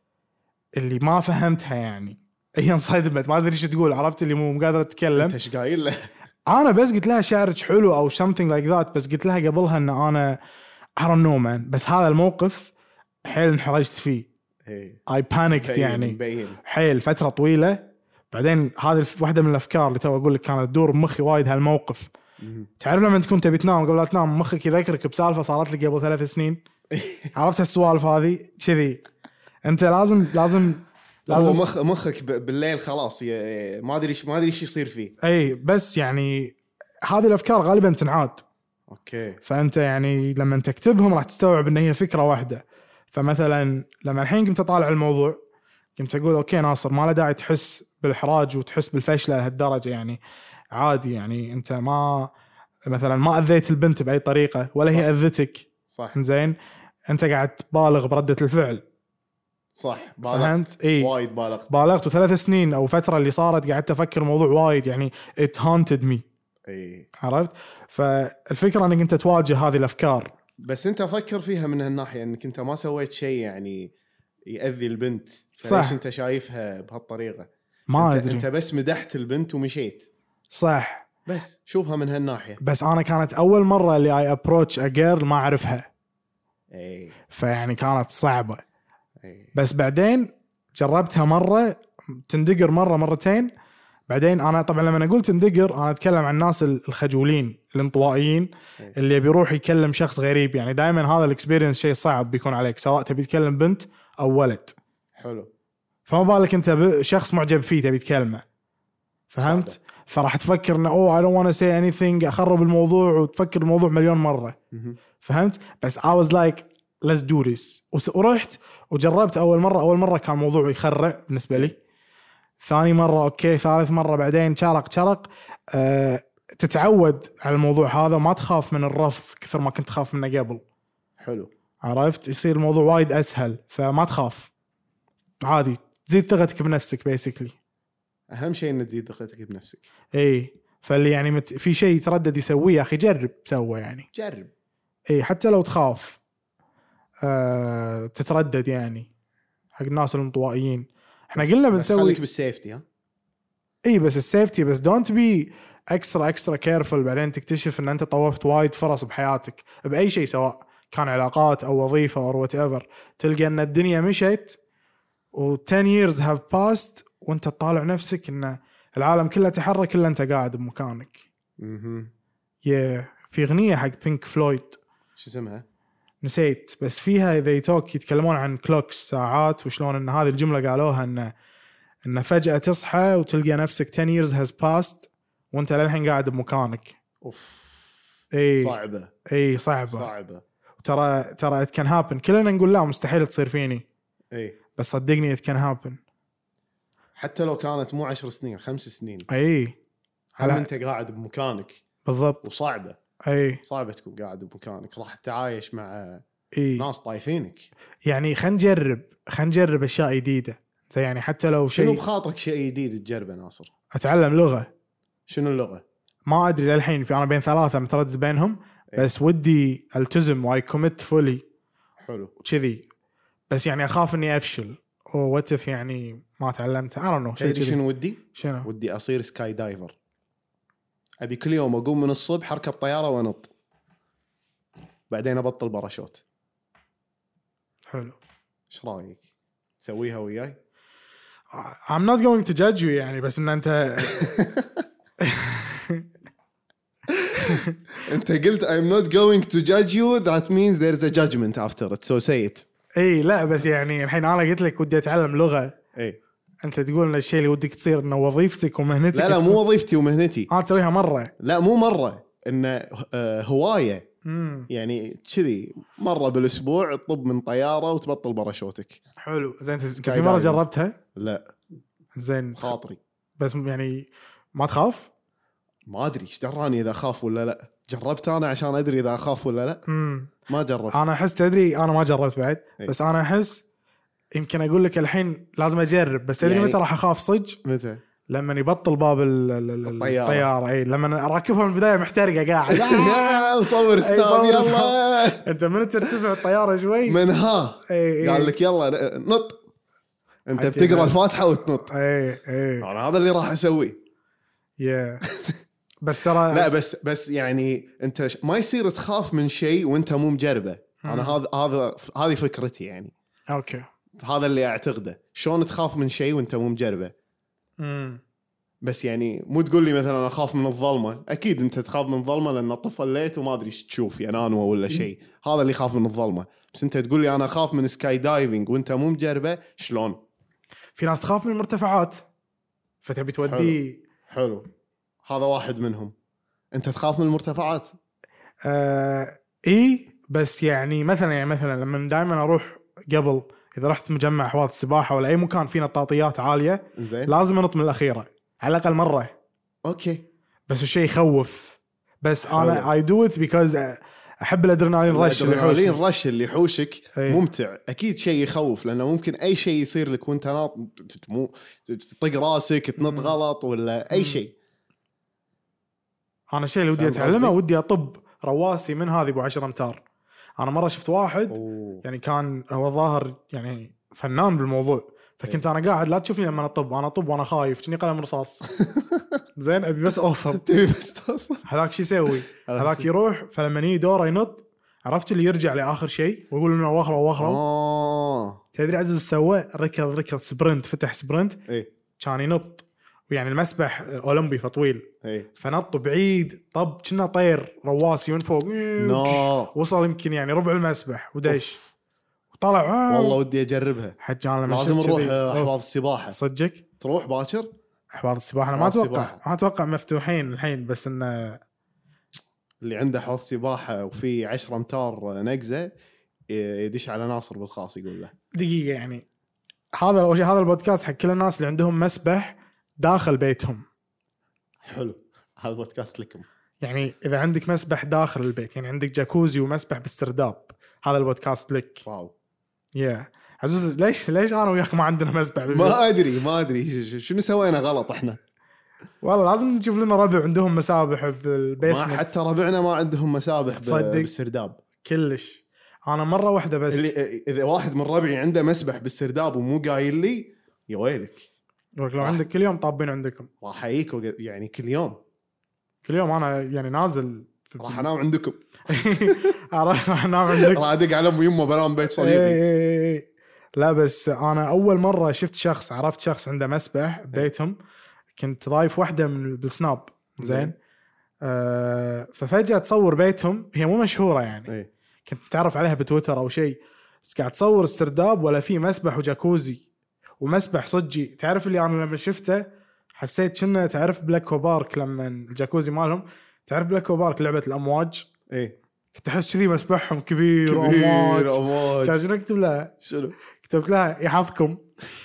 اللي ما فهمتها يعني. هي انصدمت ما ادري ايش تقول، عرفت اللي مو قادره تتكلم. انت ايش قايل له؟ انا بس قلت لها شعرك حلو او something like that، بس قلت لها قبلها ان انا I don't know man. بس هذا الموقف حيل انحرجت فيه. اي. I panicked مبين يعني مبين. حيل فتره طويله. بعدين هذه واحده من الافكار اللي تو اقول لك كانت تدور بمخي وايد هالموقف. تعرف لما تكون تبي تنام قبل لا تنام مخك يذكرك بسالفه صارت لك قبل ثلاث سنين. عرفت هالسوالف هذه كذي. انت لازم لازم لازم مخ مخك بالليل خلاص ما ادري ما ادري ايش يصير فيه. اي بس يعني هذه الافكار غالبا تنعاد. اوكي. فانت يعني لما تكتبهم راح تستوعب ان هي فكره واحده. فمثلا لما الحين قمت اطالع الموضوع قمت اقول اوكي ناصر ما له داعي تحس بالإحراج وتحس بالفشل لهالدرجه يعني. عادي يعني انت ما مثلا ما اذيت البنت باي طريقه ولا صح. هي اذتك. صح. زين انت قاعد تبالغ برده الفعل. صح. بالغت. إيه؟ وايد بالغت. بالغت وثلاث سنين او فتره اللي صارت قاعد افكر الموضوع وايد يعني it haunted me. اي. عرفت. فالفكره انك انت تواجه هذه الافكار. بس انت فكر فيها من هالناحيه انك انت ما سويت شيء يعني يأذي البنت، فليش انت شايفها بهالطريقه؟ ما انت ادري. انت بس مدحت البنت ومشيت. صح. بس شوفها من هالناحيه. بس انا كانت اول مره اللي اي ابروتش ا جيرل ما اعرفها. اي. فيعني كانت صعبه. أي. بس بعدين جربتها مره تندقر مره مرتين. بعدين انا طبعا لما اقول تندقر انا اتكلم عن الناس الخجولين الانطوائيين اللي بيروح يكلم شخص غريب يعني. دائما هذا الاكسبيرينس شيء صعب بيكون عليك سواء تبي تكلم بنت او ولد. حلو. فما بالك انت شخص معجب فيه تبي تكلمه. فهمت. صعبة. فراح تفكر انه اوه I don't want to say anything اخرب الموضوع وتفكر الموضوع مليون مره. فهمت. بس I was like let's do this. ورحت وجربت اول مره اول مره كان موضوع يخرع بالنسبه لي. ثاني مرة أوكي، ثالث مرة بعدين شارق شرق. أه تتعود على الموضوع هذا وما تخاف من الرفض كثر ما كنت خاف منه قبل. حلو. عرفت يصير الموضوع وايد أسهل فما تخاف عادي تزيد ثقتك بنفسك basically. أهم شيء إن تزيد ثقتك بنفسك. إيه فاللي يعني مت... في شيء تردد يسويه يا أخي جرب تسوى يعني. جرب. إيه حتى لو تخاف أه تتردد يعني. حق الناس الانطوائيين احنا قلنا بنسوي خليك بالسيفتي ها. اي بس السيفتي بس دونت بي اكسترا اكسترا كيرفل بعدين تكتشف ان انت طوفت وايد فرص بحياتك باي شيء سواء كان علاقات او وظيفه او وات ايفر. تلقى ان الدنيا مشت و عشرة years have passed وانت تطالع نفسك ان العالم كله تحرك الا انت قاعد بمكانك. اها يا في اغنيه حق بينك فلويد شو اسمها نسيت بس فيها they talk يتكلمون عن كلوكس ساعات وشلون ان هذه الجمله قالوها ان ان فجاه تصحى وتلقى نفسك عشرة years has passed وانت للحين قاعد بمكانك. اوف اي صعبه اي صعبه صعبه. ترى ترى it can happen. كلنا نقول لا مستحيل تصير فيني اي بس صدقني it can happen. حتى لو كانت مو عشر سنين خمس سنين اي هل انت قاعد بمكانك بالضبط. وصعبه اي صعبه تكون قاعد بمكانك راح تتعايش مع اي ناس طايفينك. يعني خلينا نجرب خلينا نجرب اشياء جديده زي يعني حتى لو شنو شيء بخاطرك شيء جديد تجربه ناصر؟ اتعلم لغه. شنو اللغه؟ ما ادري للحين في انا بين ثلاثه متردد بينهم بس ودي التزم واي كوميت فولي حلو وكذي بس يعني اخاف اني افشل واتف يعني ما تعلمت انا نو شيء تدري شنو ودي؟ شنو ودي اصير سكاي دايفر. ابي كل يوم اقوم من الصبح اركب طياره وانط بعدين ابطل باراشوت. حلو ايش رايك تسويها وياي؟ I'm not going to judge you يعني بس ان انت انت قلت I'm not going to judge you that means there's a judgment after it so say it. اي لا بس يعني الحين انا قلت لك ودي اتعلم لغه اي انت تقول ان الشيء اللي ودك تصير انه وظيفتك ومهنتك. لا لا مو وظيفتي ومهنتي. اه تسويها مره. لا مو مره انه آه هوايه مم. يعني كذي مره بالاسبوع تطب من طياره وتبطل باراشوتك. حلو زين. انت في مره جربتها؟ لا زين خاطري بس يعني ما تخاف؟ ما ادري ايش دراني اذا اخاف ولا لا. جربت انا عشان ادري اذا اخاف ولا لا. مم. ما جربت. انا احس تدري انا ما جربت بعد ايه. بس انا احس يمكن اقول لك الحين لازم اجرب بس تدري يعني متى راح اخاف صج؟ متى؟ لما يبطل باب ال- ال- الطيارة. الطياره اي لما اراكبها من البدايه محترقه قاعد مصور ستاب صور يلا انت من ترتفع الطياره شوي من ها اي قال لك يلا نط انت عجيب. بتقرا الفاتحه وتنط. اي اي انا هذا اللي راح اسويه. يا بس ترى لا بس بس يعني انت ش- ما يصير تخاف من شيء وانت مو مجربه. انا هذا هذا هذه فكرتي يعني. اوكي هذا اللي اعتقده. شلون تخاف من شيء وانت مو مجربه؟ امم بس يعني مو تقول لي مثلا انا اخاف من الظلمه. اكيد انت تخاف من الظلمه لان طفل ليت وما ادري ايش تشوف يا نانوه ولا شيء. هذا اللي يخاف من الظلمه. بس انت تقول لي انا اخاف من سكاي دايفنج وانت مو مجربه. شلون؟ في ناس تخاف من المرتفعات فتبي تودي. حلو هذا واحد منهم. انت تخاف من المرتفعات؟ آه اي بس يعني مثلا يعني مثلا لما دائما اروح قبل اذا رحت مجمع حواض السباحه ولا اي مكان فيه نطاطيات عاليه زين لازم انط من الاخيره على الاقل مره. اوكي بس الشيء يخوف بس حلو. انا اي دو ات بيكوز احب الادرينالين رش اللي الادرينالين يحوشني. رش اللي يحوشك أي. ممتع. اكيد شيء يخوف لانه ممكن اي شيء يصير لك وانت ناط مو تطق راسك تنط غلط ولا اي شيء. انا الشيء اللي ودي فهمت اتعلمه قصدي؟ ودي اطب رواسي من هذه ابو عشرة امتار. انا مره شفت واحد أوه. يعني كان هو ظاهر يعني فنان بالموضوع فكنت انا قاعد لا تشوفني لما اطب انا اطب وانا خايف كني قلم رصاص. زين ابي بس اوصل تبي بس توصل. هذاك شو يسوي هذاك هذاك شو- يروح فلما يجي دوره ينط عرفت اللي يرجع لاخر شيء ويقول انه واخره واخره. اه تدري عزوز سوى ركض ركض سبرنت فتح سبرنت اي كان ينط ويعني المسبح اولمبي فطويل اي فنط بعيد طب كنا طير رواسي من فوق نو وصل يمكن يعني ربع المسبح ودش وطلع والله ودي اجربها. حج انا لما لازم شفت نروح كذي، آه، أوف، حواض السباحه. صدقك تروح باكر. احواض السباحه انا ما حواض اتوقع السباحة. ما اتوقع مفتوحين الحين بس انه اللي عنده حوض سباحه وفي عشرة امتار نقزه يدش على ناصر بالخاص يقول له دقيقه يعني هذا أول شيء هذا البودكاست حق كل الناس اللي عندهم مسبح داخل بيتهم. حلو هذا بودكاست لكم. يعني اذا عندك مسبح داخل البيت يعني عندك جاكوزي ومسبح بالسرداب هذا البودكاست لك. واو يا yeah. عزوز ليش ليش انا وياك ما عندنا مسبح بالبيت؟ ما ادري ما ادري ش- شنو سوينا غلط احنا. والله لازم نشوف لنا ربع عندهم مسابح ما بالبيسمنت. حتى ربعنا ما عندهم مسابح ب- تصدق؟ بالسرداب. كلش انا مره واحده بس اللي اذا واحد من ربعي عنده مسبح بالسرداب ومو قايل لي يا ويلك يقول لو عندك كل يوم طابين عندكم راح اجيك وق- يعني كل يوم كل يوم انا يعني نازل راح انام عندكم راح انام عندك راح ادق على ام ويمه بنام بيت صديقي. إيه. لا بس انا اول مره شفت شخص عرفت شخص عنده مسبح ببيتهم كنت ضايف واحده من بالسناب زين آه ففجاه تصور بيتهم هي مو مشهوره يعني ايه كنت متعرف عليها بتويتر او شيء بس قاعد تصور استرداب ولا في مسبح وجاكوزي ومسبح صجي تعرف اللي انا لما شفته حسيت كأنه تعرف بلاك وبارك لما الجاكوزي مالهم تعرف بلاك وبارك لعبه الامواج ايه كنت احس كذي مسبحهم كبير, كبير وامواج امواج. كان شنو اكتب لها شنو كتبت لها يحفظكم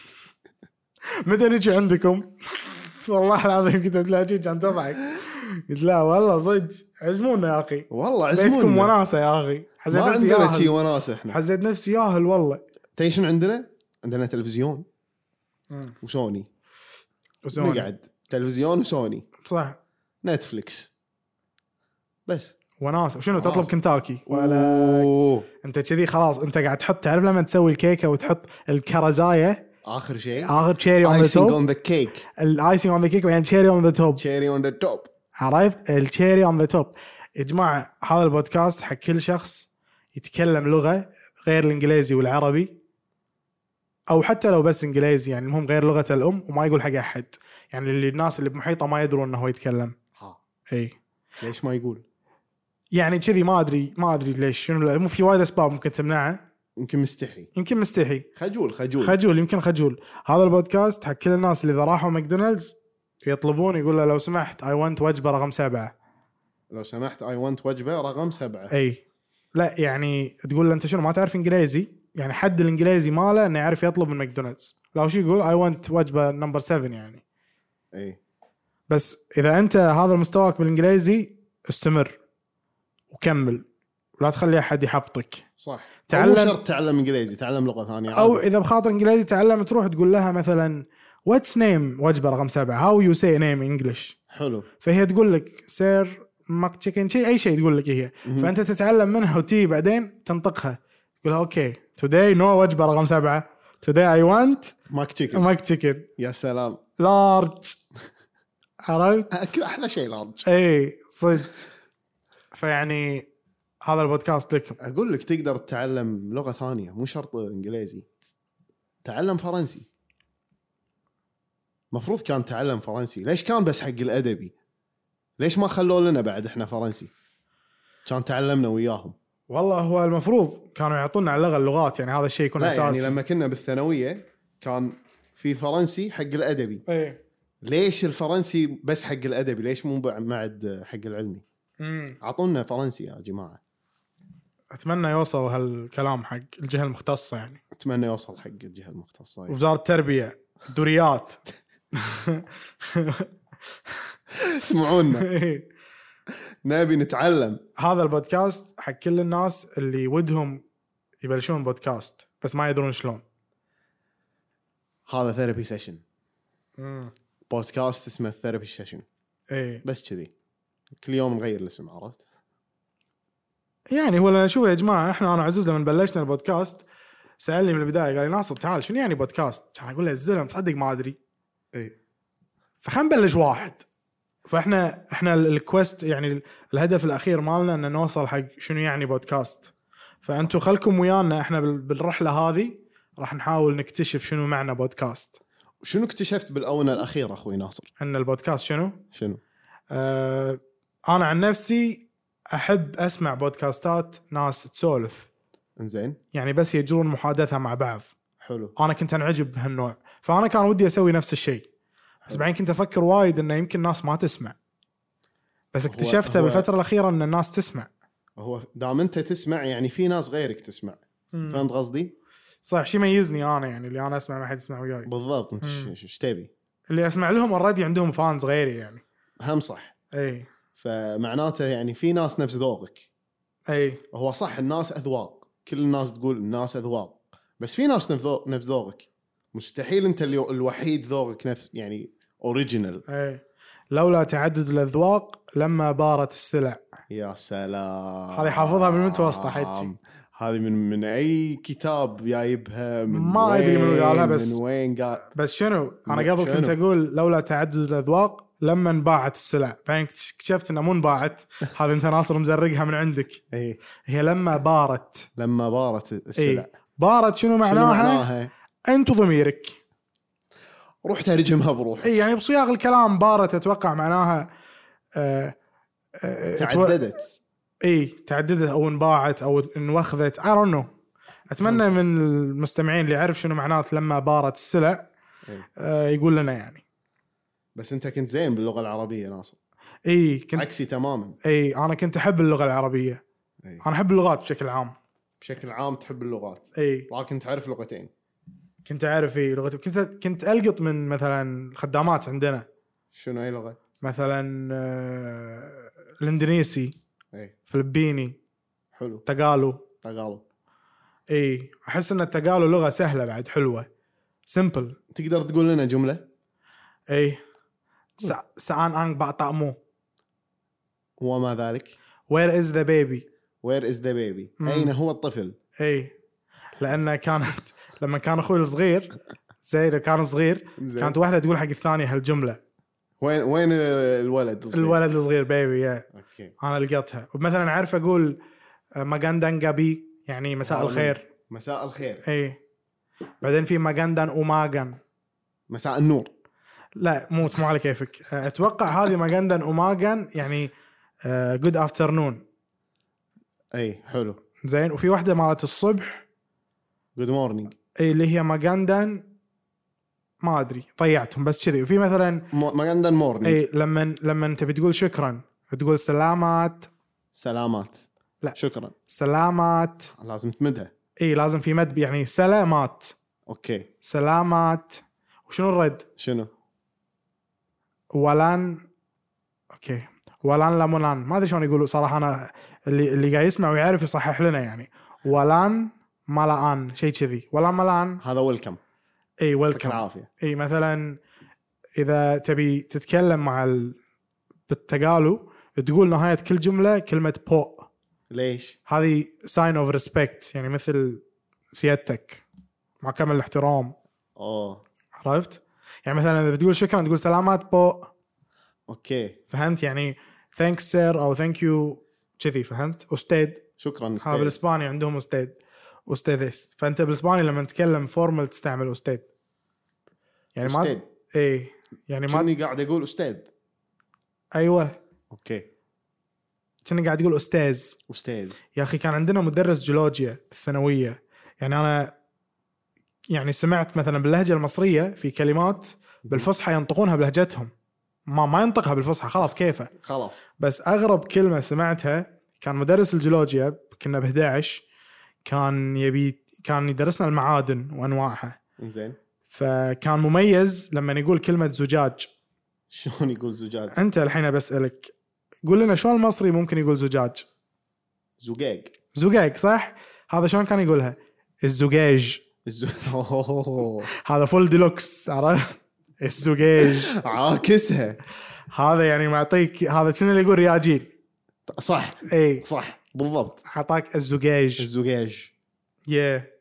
متى نجي عندكم والله العظيم كتبت لها جيج عن تضحك قلت لها والله صدق عزمونا يا اخي والله عزمونا بيتكم وناسه يا اخي حسيت ما نفسي عندنا شيء ياهل وناسه احنا. حسيت نفسي ياهل والله. تدري شنو عندنا؟ عندنا تلفزيون مم. وسوني وسوني. نقعد تلفزيون وسوني صح نتفليكس بس وناسه وشنو وناسة. تطلب كنتاكي ولا أوه. انت كذي خلاص انت قاعد تحط تعرف لما تسوي الكيكه وتحط الكرزايه اخر شيء اخر تشيري اون ذا icing توب on the cake الايسنج اون ذا كيك يعني تشيري اون ذا توب cherry on the top. عرفت التشيري اون ذا توب. يا جماعه هذا البودكاست حق كل شخص يتكلم لغه غير الانجليزي والعربي او حتى لو بس انجليزي يعني المهم غير لغه الام وما يقول حق احد يعني اللي الناس اللي بمحيطه ما يدرون انه هو يتكلم. ها اي ليش ما يقول؟ يعني كذي ما ادري ما ادري ليش شنو مو في وايد اسباب ممكن تمنعه. يمكن مستحي يمكن مستحي خجول خجول خجول يمكن خجول. هذا البودكاست حق كل الناس اللي اذا راحوا ماكدونالدز يطلبون يقول له لو سمحت اي ونت وجبه رقم سبعة لو سمحت اي ونت وجبه رقم سبعة. اي لا يعني تقول له انت شنو ما تعرف انجليزي يعني حد الانجليزي ماله انه يعرف يطلب من ماكدونالدز لو شو يقول اي ونت وجبه نمبر سبعة يعني. اي بس اذا انت هذا مستواك بالانجليزي استمر وكمل ولا تخلي احد يحبطك. صح تعلم- مو شرط تعلم انجليزي تعلم لغه ثانيه او عادي. اذا بخاطر انجليزي تعلم تروح تقول لها مثلا واتس نيم وجبه رقم سبعة هاو يو سي نيم انجلش حلو فهي تقول لك سير ماك تشيكن شيء اي شيء تقول لك هي فانت تتعلم منها وتي بعدين تنطقها تقولها اوكي توداي نو وجبه رقم سبعة توداي اي وانت ماك تشيكن ماك تشيكن يا سلام لارج عرفت اكل احلى شيء لارج. اي صدق. فيعني هذا البودكاست لكم. اقول لك تقدر تتعلم لغه ثانيه مو شرط انجليزي. تعلم فرنسي مفروض كان تعلم فرنسي ليش كان بس حق الادبي ليش ما خلوا لنا بعد احنا فرنسي كان تعلمنا وياهم. والله هو المفروض كانوا يعطونا على اللغات يعني هذا الشيء يكون لا اساسي. يعني لما كنا بالثانويه كان في فرنسي حق الادبي ايه ليش الفرنسي بس حق الادبي ليش مو بعد حق العلمي. امم اعطونا فرنسي يا جماعه. اتمنى يوصل هالكلام حق الجهه المختصه يعني اتمنى يوصل حق الجهه المختصه. وزاره التربيه دوريات اسمعونا نبي نتعلم. هذا البودكاست حق كل الناس اللي ودهم يبلشون بودكاست بس ما يدرون شلون. هذا ثيرابي سيشن امم بودكاست اسمه ثيرابي سيشن ايه بس كذي كل يوم نغير الاسم عرفت. يعني هو لنا شوف يا جماعه احنا انا عزوز لما بلشنا البودكاست سالني من البدايه قال لي ناصر تعال شنو يعني بودكاست كان اقول له الزلمه تصدق ما ادري اي فخلينا نبلش واحد. فاحنا احنا الكويست يعني الهدف الاخير مالنا ان نوصل حق شنو يعني بودكاست. فانتوا خلكم ويانا احنا بالرحله هذه راح نحاول نكتشف شنو معنى بودكاست. شنو اكتشفت بالاونه الاخيره اخوي ناصر؟ ان البودكاست شنو شنو؟ آه انا عن نفسي احب اسمع بودكاستات ناس تسولف انزين يعني بس يجرون محادثه مع بعض. حلو. انا كنت انعجب بهالنوع فانا كان ودي اسوي نفس الشيء بس بعدين كنت افكر وايد انه يمكن ناس ما تسمع بس اكتشفت هو بالفتره الاخيره ان الناس تسمع. هو دام انت تسمع يعني في ناس غيرك تسمع. فهمت قصدي؟ صح شيء يميزني انا يعني اللي انا اسمع ما حد يسمع وياي بالضبط. انت ايش تبي؟ اللي اسمع لهم اوريدي عندهم فانز غيري يعني. هم صح. اي فمعناته يعني في ناس نفس ذوقك. اي هو صح الناس اذواق كل الناس تقول الناس اذواق بس في ناس نفس ذوق نفس ذوقك. مستحيل انت اللي الوحيد ذوقك نفس يعني اوريجينال. اي لولا تعدد الاذواق لما بارت السلع. يا سلام هذه حافظها من المتوسطه حجي. هذه من من اي كتاب جايبها من ما ادري من قالها بس من وين قال بس شنو انا قبل شنو؟ كنت اقول لولا تعدد الاذواق لما انباعت السلع، بعدين اكتشفت انها مو انباعت. هذا انت ناصر مزرقها من عندك. اي هي لما بارت. لما بارت السلع. اي بارت شنو معناها؟ شنو معناها؟ انت ضميرك روح ترجمها بروح. اي يعني بصياغ الكلام بارت اتوقع معناها آه آه تعددت. اي تعددت او انباعت او انوخذت. I don't know. اتمنى من المستمعين اللي يعرف شنو معنات لما بارت السلع آه يقول لنا يعني. بس انت كنت زين باللغه العربيه ناصر. اي كنت عكسي تماما. اي انا كنت احب اللغه العربيه. أي. انا احب اللغات بشكل عام. بشكل عام تحب اللغات. اي لكن تعرف لغتين. كنت اعرف اي لغه. كنت كنت القط من مثلا الخدامات عندنا. شنو اي لغه؟ مثلا آه الاندونيسي. اي فلبيني. حلو. تقالو. تقالو. اي احس ان التقالو لغه سهله بعد حلوه سمبل. تقدر تقول لنا جمله؟ اي س... سان انغ باطامو. وما ذلك؟ Where is the baby? Where is the baby? اين هو الطفل؟ اي لان كانت لما كان اخوي الصغير زي لو كان صغير زي. كانت واحده تقول حق الثانيه هالجمله. وين وين الولد الصغير؟ الولد الصغير بيبي يا اوكي. انا لقيتها. مثلا عارف اقول ماغاندان غابي يعني مساء الخير. مساء الخير. اي بعدين في ماغاندان اوماغان مساء النور. لا مو مو على كيفك. اتوقع هذه ماغاندان اوماغان يعني جود افترنون. اي حلو زين. وفي واحده مالت الصبح جود مورنينج. اي اللي هي ماغاندان ما ادري ضيعتهم بس كذي. وفي مثلا ماغاندان مورنينج. اي لما لما تبي تقول شكرا تقول سلامات. سلامات. لا شكرا. سلامات. لازم تمدها. اي لازم في مد يعني سلامات. اوكي. سلامات. وشنو الرد؟ شنو؟ ولان. اوكي ولان لمولان ما ادري شلون يقولوا صراحه. انا اللي اللي قاعد يسمع ويعرف يصحح لنا يعني. ولان ملان شيء كذي. ولان ملان هذا ويلكم. اي ويلكم. العافيه. اي مثلا اذا تبي تتكلم مع ال... بالتقالو تقول نهايه كل جمله كلمه بو. ليش؟ هذه sign of respect يعني مثل سيادتك مع كامل الاحترام. اوه عرفت يعني مثلا اذا بتقول شكرا تقول سلامات بو. اوكي فهمت يعني thanks sir او thank you كذي. فهمت؟ أستاذ. شكرا. هذا بالإسباني عندهم أستاذ أستاذيس. فأنت بالإسباني لما تتكلم فورمال تستعمل أستاذ يعني أستاذ. ما إيه يعني ما كني قاعد أقول أستاذ. أيوة أوكي كني قاعد أقول أستاذ. أستاذ. يا أخي كان عندنا مدرس جيولوجيا بالثانوية يعني أنا يعني سمعت مثلا باللهجة المصرية في كلمات بالفصحى ينطقونها بلهجتهم ما ما ينطقها بالفصحى خلاص كيفه خلاص. بس أغرب كلمة سمعتها كان مدرس الجيولوجيا كنا ب إحدى عشر كان يبي كان يدرسنا المعادن وأنواعها. إنزين. فكان مميز لما يقول كلمة زجاج. شلون يقول زجاج؟ أنت الحين بسألك قول لنا شلون المصري ممكن يقول زجاج؟ زجاج. زجاج صح. هذا شلون كان يقولها؟ الزجاج. الز... هذا فول ديلوكس عرفت. الزجاج عاكسها. هذا يعني معطيك هذا شنو اللي يقول رياجيل. صح اي صح بالضبط. عطاك الزجاج. الزجاج. يا yeah.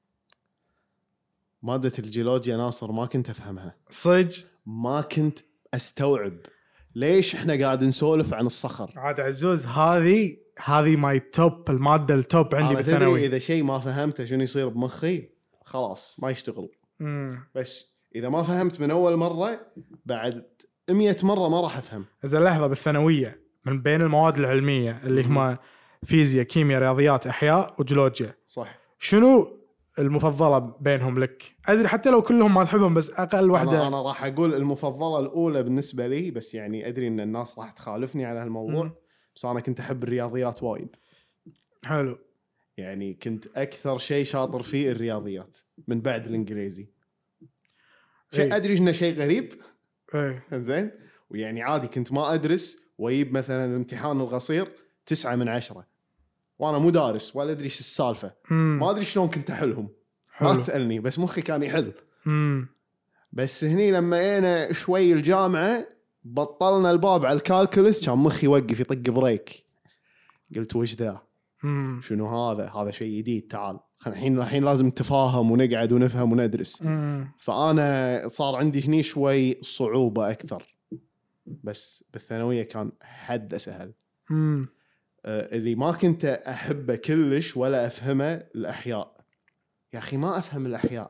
مادة الجيولوجيا ناصر ما كنت أفهمها صج. ما كنت أستوعب ليش إحنا قاعد نسولف عن الصخر. عاد عزوز هذه هذه ماي توب المادة التوب عندي بالثانوي. إذا شيء ما فهمته شنو يصير بمخي خلاص ما يشتغل. مم. بس إذا ما فهمت من أول مرة بعد مية مرة ما راح أفهم. إذا لحظة بالثانوية من بين المواد العلمية اللي هما فيزياء كيمياء رياضيات أحياء وجيولوجيا صح. شنو المفضلة بينهم لك؟ أدري حتى لو كلهم ما تحبهم بس أقل واحدة. أنا, أنا راح أقول المفضلة الأولى بالنسبة لي بس يعني أدري إن الناس راح تخالفني على هالموضوع. م. بس أنا كنت أحب الرياضيات وايد. حلو. يعني كنت أكثر شيء شاطر فيه الرياضيات من بعد الإنجليزي. شيء أدري إنه شيء غريب. إيه. إنزين. ويعني عادي كنت ما أدرس ويجيب مثلا الامتحان القصير تسعة من عشرة وأنا مو دارس ولا أدري إيش السالفة. مم. ما أدري شلون كنت أحلهم. حلو. ما تسألني بس مخي كان يحل. مم. بس هني لما أنا شوي الجامعة بطلنا الباب على الكالكولس كان مخي يوقف يطق بريك. قلت وش ذا مم. شنو هذا هذا شيء جديد، تعال الحين الحين لازم نتفاهم ونقعد ونفهم وندرس. مم. فأنا صار عندي هني شوي صعوبة أكثر، بس بالثانوية كان حد سهل. مم. آه، اللي ما كنت أحبه كلش ولا أفهمه الأحياء. يا أخي ما أفهم الأحياء،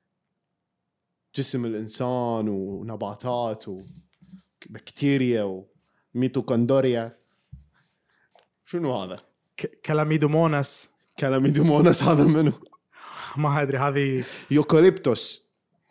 جسم الإنسان ونباتات وبكتيريا وميتوكوندريا، شنو هذا؟ ك- كلاميدوموناس. كلاميدوموناس هذا منو؟ ما أدري هذه. يوكاليبتوس.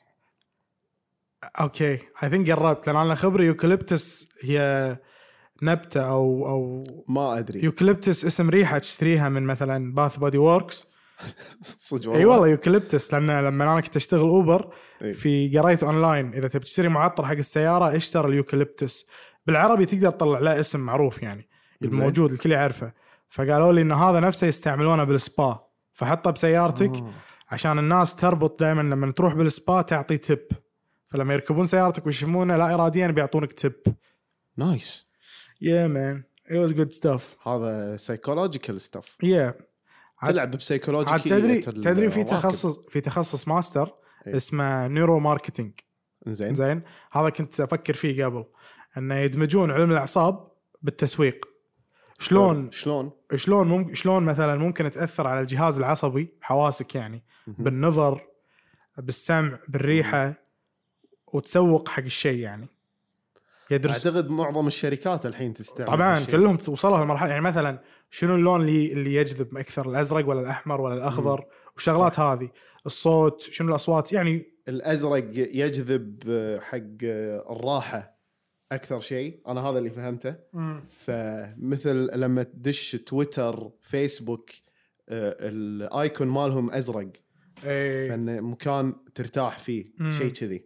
أوكي I think قربت، لأن أنا خبري يوكاليبتس هي نبتة أو أو ما أدري. يوكاليبتس اسم ريحة تشتريها من مثلا باث بودي ووركس. صدق اي والله يوكاليبتس، لان لما انا كنت اشتغل اوبر إيه. في قريت اونلاين اذا تبي تشتري معطر حق السياره اشتري اليوكاليبتس. بالعربي تقدر تطلع له اسم معروف يعني الموجود الكل يعرفه. فقالوا لي ان هذا نفسه يستعملونه بالسبا، فحطه بسيارتك آه. عشان الناس تربط دائما لما تروح بالسبا تعطي تب، فلما يركبون سيارتك ويشمونه لا اراديا بيعطونك تب. نايس. yeah man it was good stuff. هذا psychological stuff. yeah تلعب بسيكولوجيا. عاد تدري تدري في تخصص في تخصص ماستر إيه. اسمه نيورو ماركتينج. زين زين هذا كنت افكر فيه قبل، انه يدمجون علم الاعصاب بالتسويق. شلون شلون شلون ممكن شلون مثلا ممكن تاثر على الجهاز العصبي حواسك يعني بالنظر بالسمع بالريحه وتسوق حق الشيء يعني. يدرس اعتقد معظم الشركات الحين تستعمل طبعا هالشيء. كلهم وصلوا للمرحله يعني مثلا شنو اللون اللي اللي يجذب اكثر، الازرق ولا الاحمر ولا الاخضر وشغلات هذه، الصوت شنو الاصوات يعني. الازرق يجذب حق الراحه اكثر شيء، انا هذا اللي فهمته. مم. فمثل لما تدش تويتر فيسبوك الايكون مالهم ازرق، ايه فان مكان ترتاح فيه شيء كذي.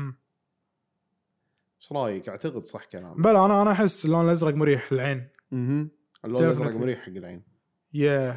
ايش رايك؟ اعتقد صح كلام. بلا انا انا احس اللون الازرق مريح للعين. اها اللون الازرق مريح حق العين. يا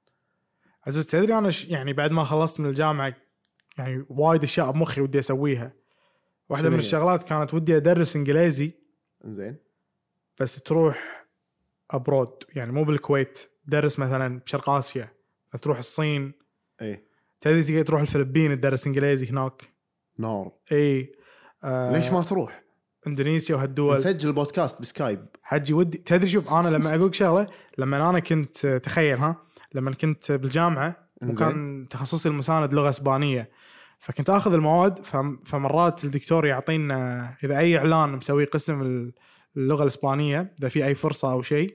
عزيز تدري انا ش... يعني بعد ما خلصت من الجامعه يعني وايد اشياء بمخي ودي اسويها. واحده من الشغلات كانت ودي ادرس انجليزي. زين بس تروح ابرود يعني مو بالكويت، درس مثلا بشرق اسيا، تروح الصين. اي تدري تقدر تروح الفلبين تدرس انجليزي هناك. نار. اي آه ليش ما تروح اندونيسيا وهالدول؟ نسجل بودكاست بسكايب حجي ودي. تدري شوف انا لما اقولك شغله، لما انا كنت تخيل ها لما كنت بالجامعه وكان تخصصي المساند لغه اسبانيه، فكنت اخذ المواد فمرات الدكتور يعطينا اذا اي اعلان مسوي قسم اللغه الاسبانيه اذا في اي فرصه او شيء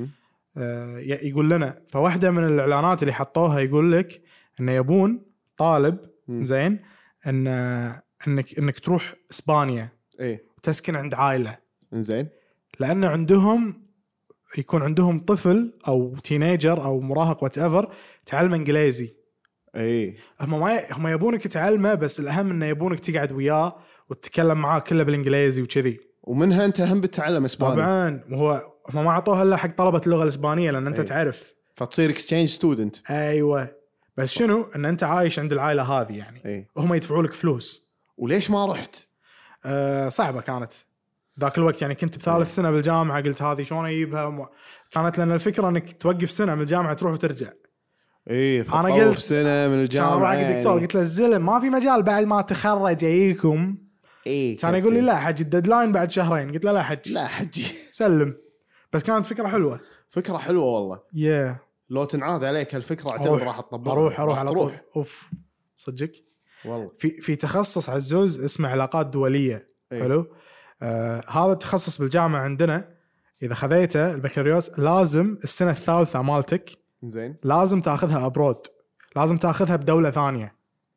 آه يقول لنا. فواحده من الاعلانات اللي حطوها يقول لك انه يبون طالب زين ان انك انك تروح اسبانيا ايه تسكن عند عائله زين، لأن عندهم يكون عندهم طفل أو تينيجر أو مراهق واتأفر تعلم إنجليزي. ايه هم ما هم يبونك تعلمه، بس الأهم إنه يبونك تقعد وياه وتتكلم معاه كله بالإنجليزي وكذي. ومنها أنت هم بتتعلم إسباني طبعاً. وهو هم ما عطوها إلا حق طلبة اللغة الإسبانية لأن أنت أيه. تعرف فتصير exchange student. أيوة بس شنو إن أنت عايش عند العائلة هذه يعني أيه. وهم يدفعوا لك فلوس. وليش ما رحت؟ أه صعبة كانت ذاك الوقت يعني كنت بثالث سنة بالجامعة، قلت هذه شلون أجيبها م... كانت لأن الفكرة أنك توقف سنة من الجامعة تروح وترجع. إيه أنا قلت سنة من الجامعة كان الدكتور يعني. قلت له الزلم ما في مجال بعد ما تخرج أجيكم. إيه كان يقول لي لا حج الديدلاين بعد شهرين. قلت له لا حج لا حجي سلم. بس كانت فكرة حلوة. فكرة حلوة والله. yeah. لو تنعاد عليك هالفكرة اعتقد راح تطبقها. أروح أروح على طول. أوف صدق والله. في في تخصص عزوز اسمه علاقات دولية. إيه. حلو. آه هذا التخصص بالجامعة عندنا إذا خذيته البكالوريوس لازم السنة الثالثة مالتك زين لازم تأخذها أبرود، لازم تأخذها بدولة ثانية.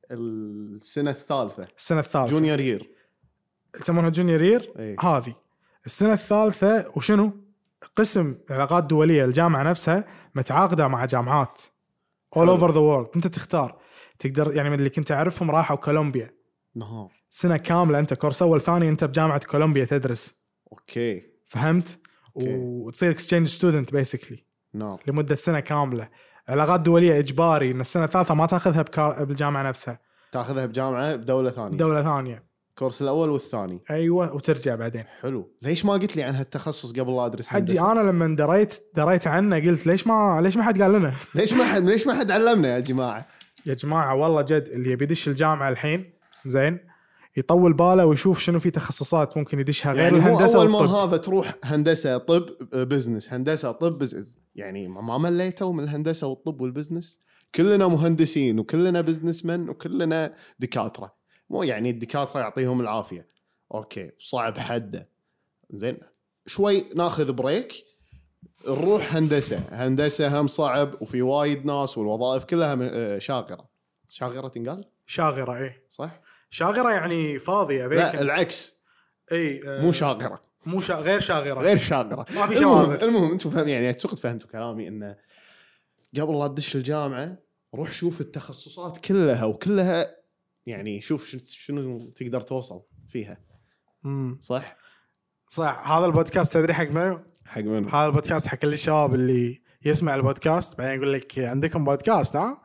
السنة الثالثة السنة الثالثة جونيور يير يسمونها جونيور يير. إيه. هذه السنة الثالثة. وشنو قسم علاقات دولية الجامعة نفسها متعاقدة مع جامعات all over the world. أنت تختار تقدر يعني من اللي كنت أعرفهم راحوا كولومبيا نهار سنة كاملة. أنت كورس أول ثاني أنت بجامعة كولومبيا تدرس. أوكي فهمت؟ أوكي. وتصير exchange student basically نار لمدة سنة كاملة. علاقات دولية إجباري إن السنة الثالثة ما تأخذها بكار... بالجامعة نفسها، تأخذها بجامعة بدولة ثانية. دولة ثانية. الكورس الاول والثاني. ايوه وترجع بعدين. حلو. ليش ما قلت لي عن هالتخصص قبل لا ادرس حجي هندسة؟ انا لما دريت دريت عنه قلت ليش ما ليش ما حد قال لنا؟ ليش ما حد ليش ما حد علمنا يا جماعه؟ يا جماعه والله جد اللي يبي يدش الجامعه الحين زين يطول باله ويشوف شنو في تخصصات ممكن يدشها غير يعني الهندسه اول ما والطب. هذا تروح هندسه طب بزنس، هندسه طب بزنس، يعني ما مليتوا من الهندسه والطب والبزنس؟ كلنا مهندسين وكلنا بزنس من وكلنا دكاتره، مو يعني الدكاتره يعطيهم العافيه اوكي صعب حده زين شوي ناخذ بريك نروح هندسه. هندسه هم صعب وفي وايد ناس والوظائف كلها شاغره. شاغره تنقال شاغره ايه صح؟ شاغره يعني فاضيه لا العكس اي آه مو شاغره مو شا... غير شاغره غير شاغره ما في المهم, شواغر. المهم انتم فهم يعني اعتقد فهمتوا كلامي انه قبل لا تدش الجامعه روح شوف التخصصات كلها وكلها يعني شوف شنو تقدر توصل فيها. امم صح صح. هذا البودكاست تدري حق منو؟ حق منو؟ هذا البودكاست حق كل الشباب اللي يسمع البودكاست بعدين يقول لك عندكم بودكاست ها.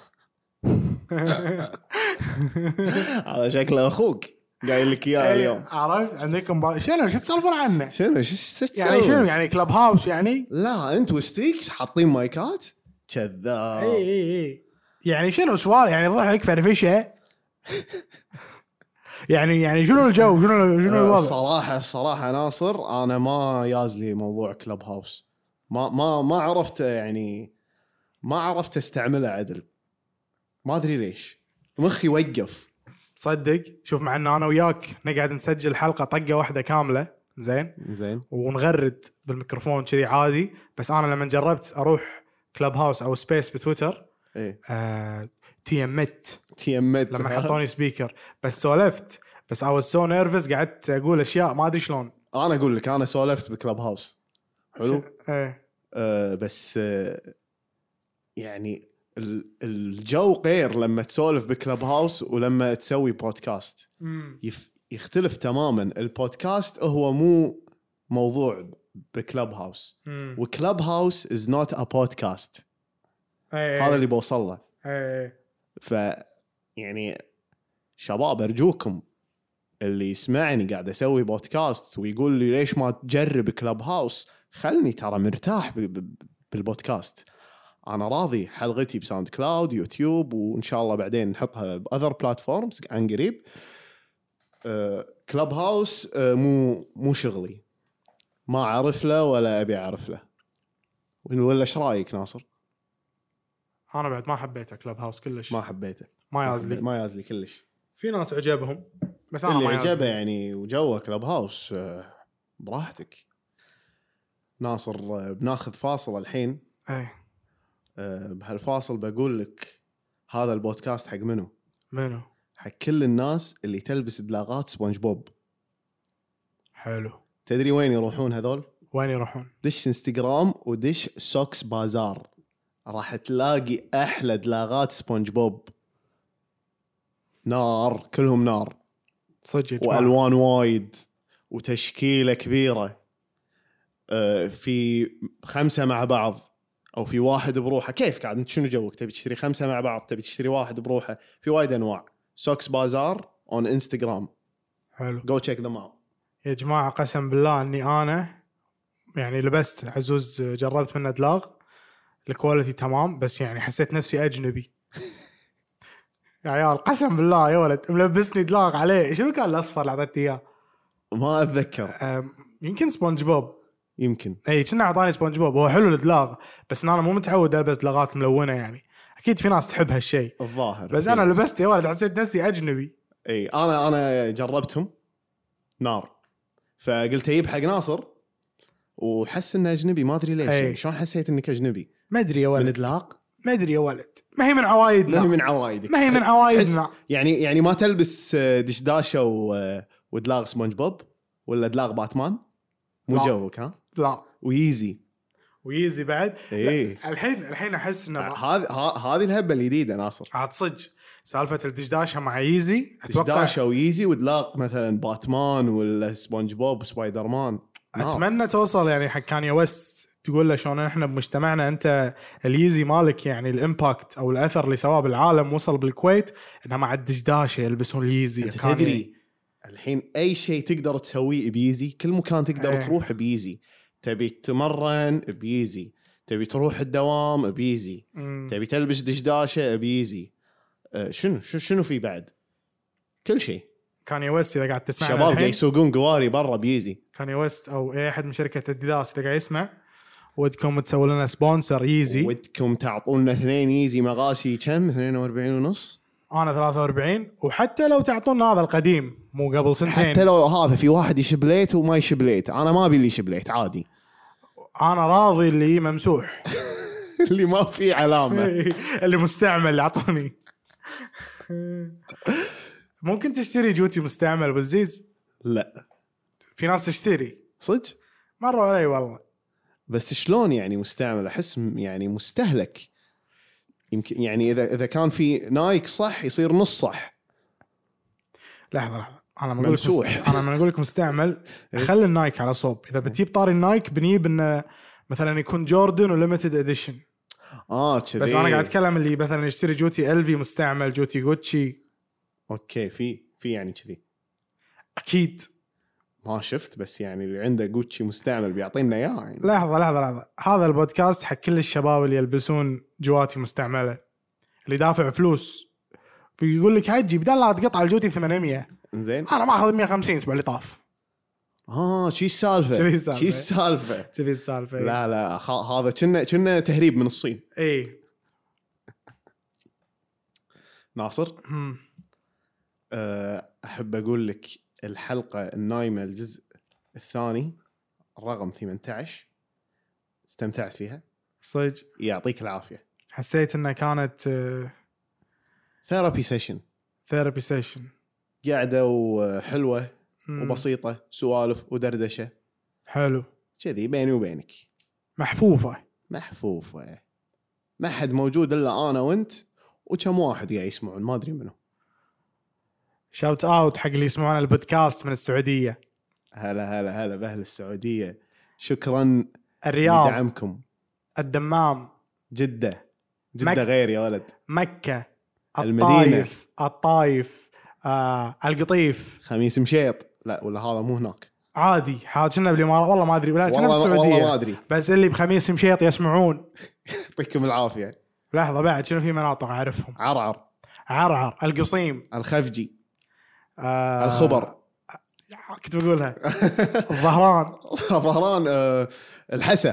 هذا شكله اخوك قايل لك اياه اليوم. عرفت عندكم با... شنو شو تسولفون عنه؟ شنو شو يعني شنو يعني كلب هاوس يعني؟ لا انت وستيكس حاطين مايكات كذاب. اي اي اي يعني شنو سؤال يعني ضحك فرفشه. يعني يعني شنو الجو شنو شنو الوضع؟ الصراحه الصراحه ناصر انا ما يازلي موضوع كلب هاوس ما ما ما عرفت يعني ما عرفت استعمله عدل ما ادري ليش مخي وقف. صدق شوف مع ان انا وياك نقعد نسجل حلقه طقه واحده كامله زين زين ونغرد بالميكروفون كذي عادي بس انا لما جربت اروح كلب هاوس او سبيس بتويتر ايه آه تي امت تي امت لما حطوني سبيكر بس سولفت بس I was so nervous قعدت اقول اشياء ما ادري شلون. انا اقول لك انا سولفت بكلب هاوس حلو ايه آه بس آه يعني الجو غير لما تسولف بكلب هاوس ولما تسوي بودكاست يف يختلف تماما. البودكاست هو مو موضوع بكلب هاوس وكلب هاوس is not a podcast. أيه هذا اللي بوصل له. أيه ف يعني شباب ارجوكم اللي يسمعني قاعد اسوي بودكاست ويقول لي ليش ما تجرب كلب هاوس خلني ترى مرتاح بالبودكاست. انا راضي حلقتي بساوند كلاود يوتيوب وان شاء الله بعدين نحطها باذر بلاتفورمز عن قريب. كلب هاوس أه مو مو شغلي ما اعرف له ولا ابي اعرف له. ولا ايش رايك ناصر؟ انا بعد ما حبيته كلب هاوس كلش ما حبيته ما يازلي ما يازلي كلش. في ناس عجبهم بس انا اللي ما عجبه يازلي. يعني وجوه كلب هاوس أه براحتك. ناصر أه بناخذ فاصل الحين. ايه أه بهالفاصل بقول لك هذا البودكاست حق منو؟ منو؟ حق كل الناس اللي تلبس دلاغات سبونج بوب. حلو. تدري وين يروحون هذول؟ وين يروحون؟ دش انستغرام ودش سوكس بازار راح تلاقي احلى دلاغات سبونج بوب نار كلهم نار صدق والوان وايد وتشكيله كبيره. أه في خمسه مع بعض او في واحد بروحه. كيف قاعد انت شنو جوك؟ تبي تشتري خمسه مع بعض تبي تشتري واحد بروحه؟ في وايد انواع. سوكس بازار اون انستغرام. حلو جو تشيك ذم اوت يا جماعه. قسم بالله اني انا يعني لبست عزوز جربت منه دلاغ الكواليتي تمام بس يعني حسيت نفسي اجنبي. يا عيال قسم بالله يا ولد ملبسني دلاغ عليه. شنو كان الاصفر اللي اعطيته اياه؟ ما اتذكر. يمكن سبونج بوب. يمكن اي كنا اعطاني سبونج بوب. هو حلو الدلاغ بس انا مو متعود البس دلاغات ملونه يعني. اكيد في ناس تحب هالشيء الظاهر بس انا لبست يا ولد حسيت نفسي اجنبي. اي انا انا جربتهم نار فقلت اجيب حق ناصر وحس انه اجنبي ما ادري ليش. يعني شلون حسيت انك اجنبي؟ ما ادري يا ولد. من اطلاق ما ادري يا ولد. ما هي من عوايدنا. ما هي من عوايدك. ما هي من عوايدنا. يعني يعني ما تلبس دشداشه و... ودلاغ سبونج بوب ولا دلاغ باتمان مو جوك ها؟ لا ويزي ويزي بعد. ايه الحين الحين احس انه هذه هذه الهبه الجديده ناصر. عاد صدق سالفه الدشداشه مع يزي اتوقع دشداشه ويزي ودلاغ مثلا باتمان ولا سبونج بوب سبايدر مان. اتمنى توصل يعني حق كاني ويست تقول له شلون احنا بمجتمعنا انت اليزي مالك يعني الامباكت او الاثر اللي سواه بالعالم وصل بالكويت انها مع الدشداشه يلبسون اليزي. تدري الحين اي شيء تقدر تسويه بيزي، كل مكان تقدر إيه. تروح بيزي، تبي تمرن بيزي، تبي تروح الدوام بيزي، مم. تبي تلبس دشداشه بيزي. أه شنو شنو شنو في بعد؟ كل شيء. كاني ويست اذا قاعد تسمعنا شباب قاعد الحين، يسوقون قواري برا بيزي. كاني ويست او اي احد من شركه اديداس اذا قاعد يسمع، ودكم تسوي لنا سبونسر ييزي. ودكم تعطونا اثنين ييزي مقاسي كم؟ اثنين وأربعين ونص. انا ثلاثة وأربعين، وحتى لو تعطونا هذا القديم مو قبل سنتين، حتى لو هذا في واحد يشبليت وما يشبليت، انا ما ابي اللي يشبليت عادي. انا راضي اللي ممسوح اللي ما في علامه. اللي مستعمل اعطوني. ممكن تشتري جوتي مستعمل بالزيز؟ لا في ناس تشتري صدق، مروا علي والله. بس شلون يعني مستعمل؟ احس م- يعني مستهلك. يمكن يعني اذا اذا كان في نايك صح يصير نص صح. لحظه لحظه، انا ما اقول لك ممسوح. مست... انا ما اقول لك مستعمل. خلي النايك على صوب. اذا بتجيب طاري النايك بنجيب انه مثلا يكون جوردن وليمتد اديشن. اه كذي. بس انا قاعد اتكلم اللي مثلا يشتري جوتي الفي مستعمل، جوتي غوتشي. اوكي في في يعني كذي. اكيد. ما شفت، بس يعني اللي عنده جوتشي مستعمل بيعطينا اياه يعني. لحظه لحظه لحظه، هذا البودكاست حق كل الشباب اللي يلبسون جواتي مستعمله، اللي دافع فلوس بيقول لك حجي بدل لا تقطع الجوتي ثمانمية، زين. انا ماخذ مية وخمسين الاسبوع اللي طاف. اه شي السالفه. شي السالفة. شي السالفه. كذي السالفه. لا لا خ... هذا كنا كنا تهريب من الصين. اي ناصر هم. أه، احب اقول لك الحلقه النايمه الجزء الثاني رقم ثمانية عشر استمتعت فيها صدق يعطيك العافيه. حسيت انها كانت ثيرابي سيشن، ثيرابي سيشن، قاعده وحلوه وبسيطه، سوالف ودردشه حلو كذي بيني وبينك، محفوفه محفوفه، ما حد موجود الا انا وانت وكم واحد قاعد يسمعون ما ادري منه. شاوت اوت حق اللي يسمعون البودكاست من السعوديه. هلا هلا هلا باهل السعوديه، شكرا الرياض، لدعمكم. الدمام، جده جده مك... غير يا ولد، مكه، المدينة. الطايف الطايف آه، القطيف، خميس مشيط. لا ولا هذا مو هناك عادي حاجنا بالامارات والله ما ادري، ولا كنا والله, بالسعوديه والله ما ادري. بس اللي بخميس مشيط يسمعون. يعطيكم العافيه. لحظه بعد شنو في مناطق اعرفهم؟ عرعر، عرعر، القصيم، الخفجي، آه الخبر، كنت بقولها الظهران، ظهران، آه، الحسا،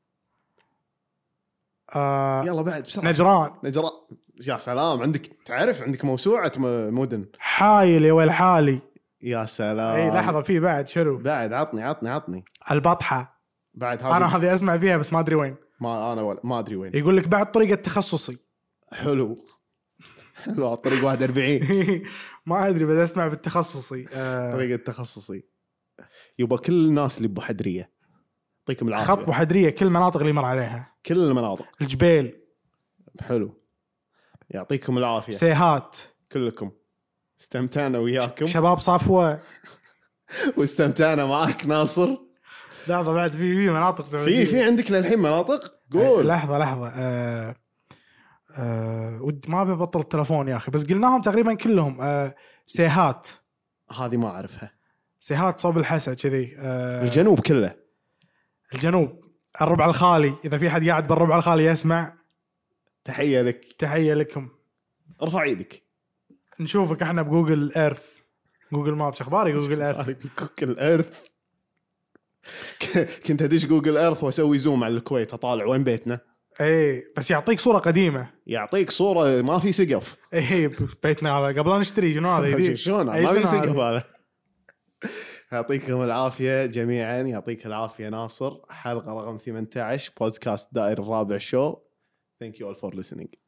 آه يلا بعد بسرعه، نجران، نجران. يا سلام، عندك تعرف عندك موسوعه م- مدن. حايل يا ويل حالي. يا سلام. اي لحظه في بعد شنو؟ بعد عطني عطني عطني البطحه. بعد هذا انا هذه اسمع فيها بس ما ادري وين. ما انا ولا ما ادري وين. يقول لك بعد طريقه تخصصي. حلو حلو على الطريق واحد وأربعين. ما ادري بس اسمع بالتخصصي. آه طريقه تخصصي يبقى كل الناس اللي بحدريه يعطيكم العافيه. خط بحدريه كل المناطق اللي مر عليها، كل المناطق. الجبيل، حلو يعطيكم العافيه سيهات، كلكم. استمتعنا وياكم شباب صفوه. واستمتعنا معك ناصر. لحظه بعد في في مناطق سعوديه. في في عندك للحين مناطق قول. لحظه لحظه آه آه ود ما ببطل التلفون يا اخي، بس قلناهم تقريبا كلهم. آه سيهات، هذه ما اعرفها. سيهات صوب الحسا كذي. آه الجنوب كله. الجنوب، الربع الخالي، اذا في حد قاعد بالربع الخالي يسمع تحيه لك، تحيه لكم. ارفع ايدك. نشوفك احنا بجوجل ايرث، جوجل مابس. اخباري جوجل ايرث؟ جوجل ايرث. كنت ادش جوجل ايرث واسوي زوم على الكويت اطالع وين بيتنا. ايه بس يعطيك صوره قديمه، يعطيك صوره ما في سقف. ايه بيتنا هذا قبل لا نشتري شنو هذا جديد. شلون ما في سقف هذا. يعطيكم العافيه جميعا، يعطيك العافيه ناصر. حلقه رقم ثمانية عشر بودكاست دائر الرابع شو. Thank you all for listening.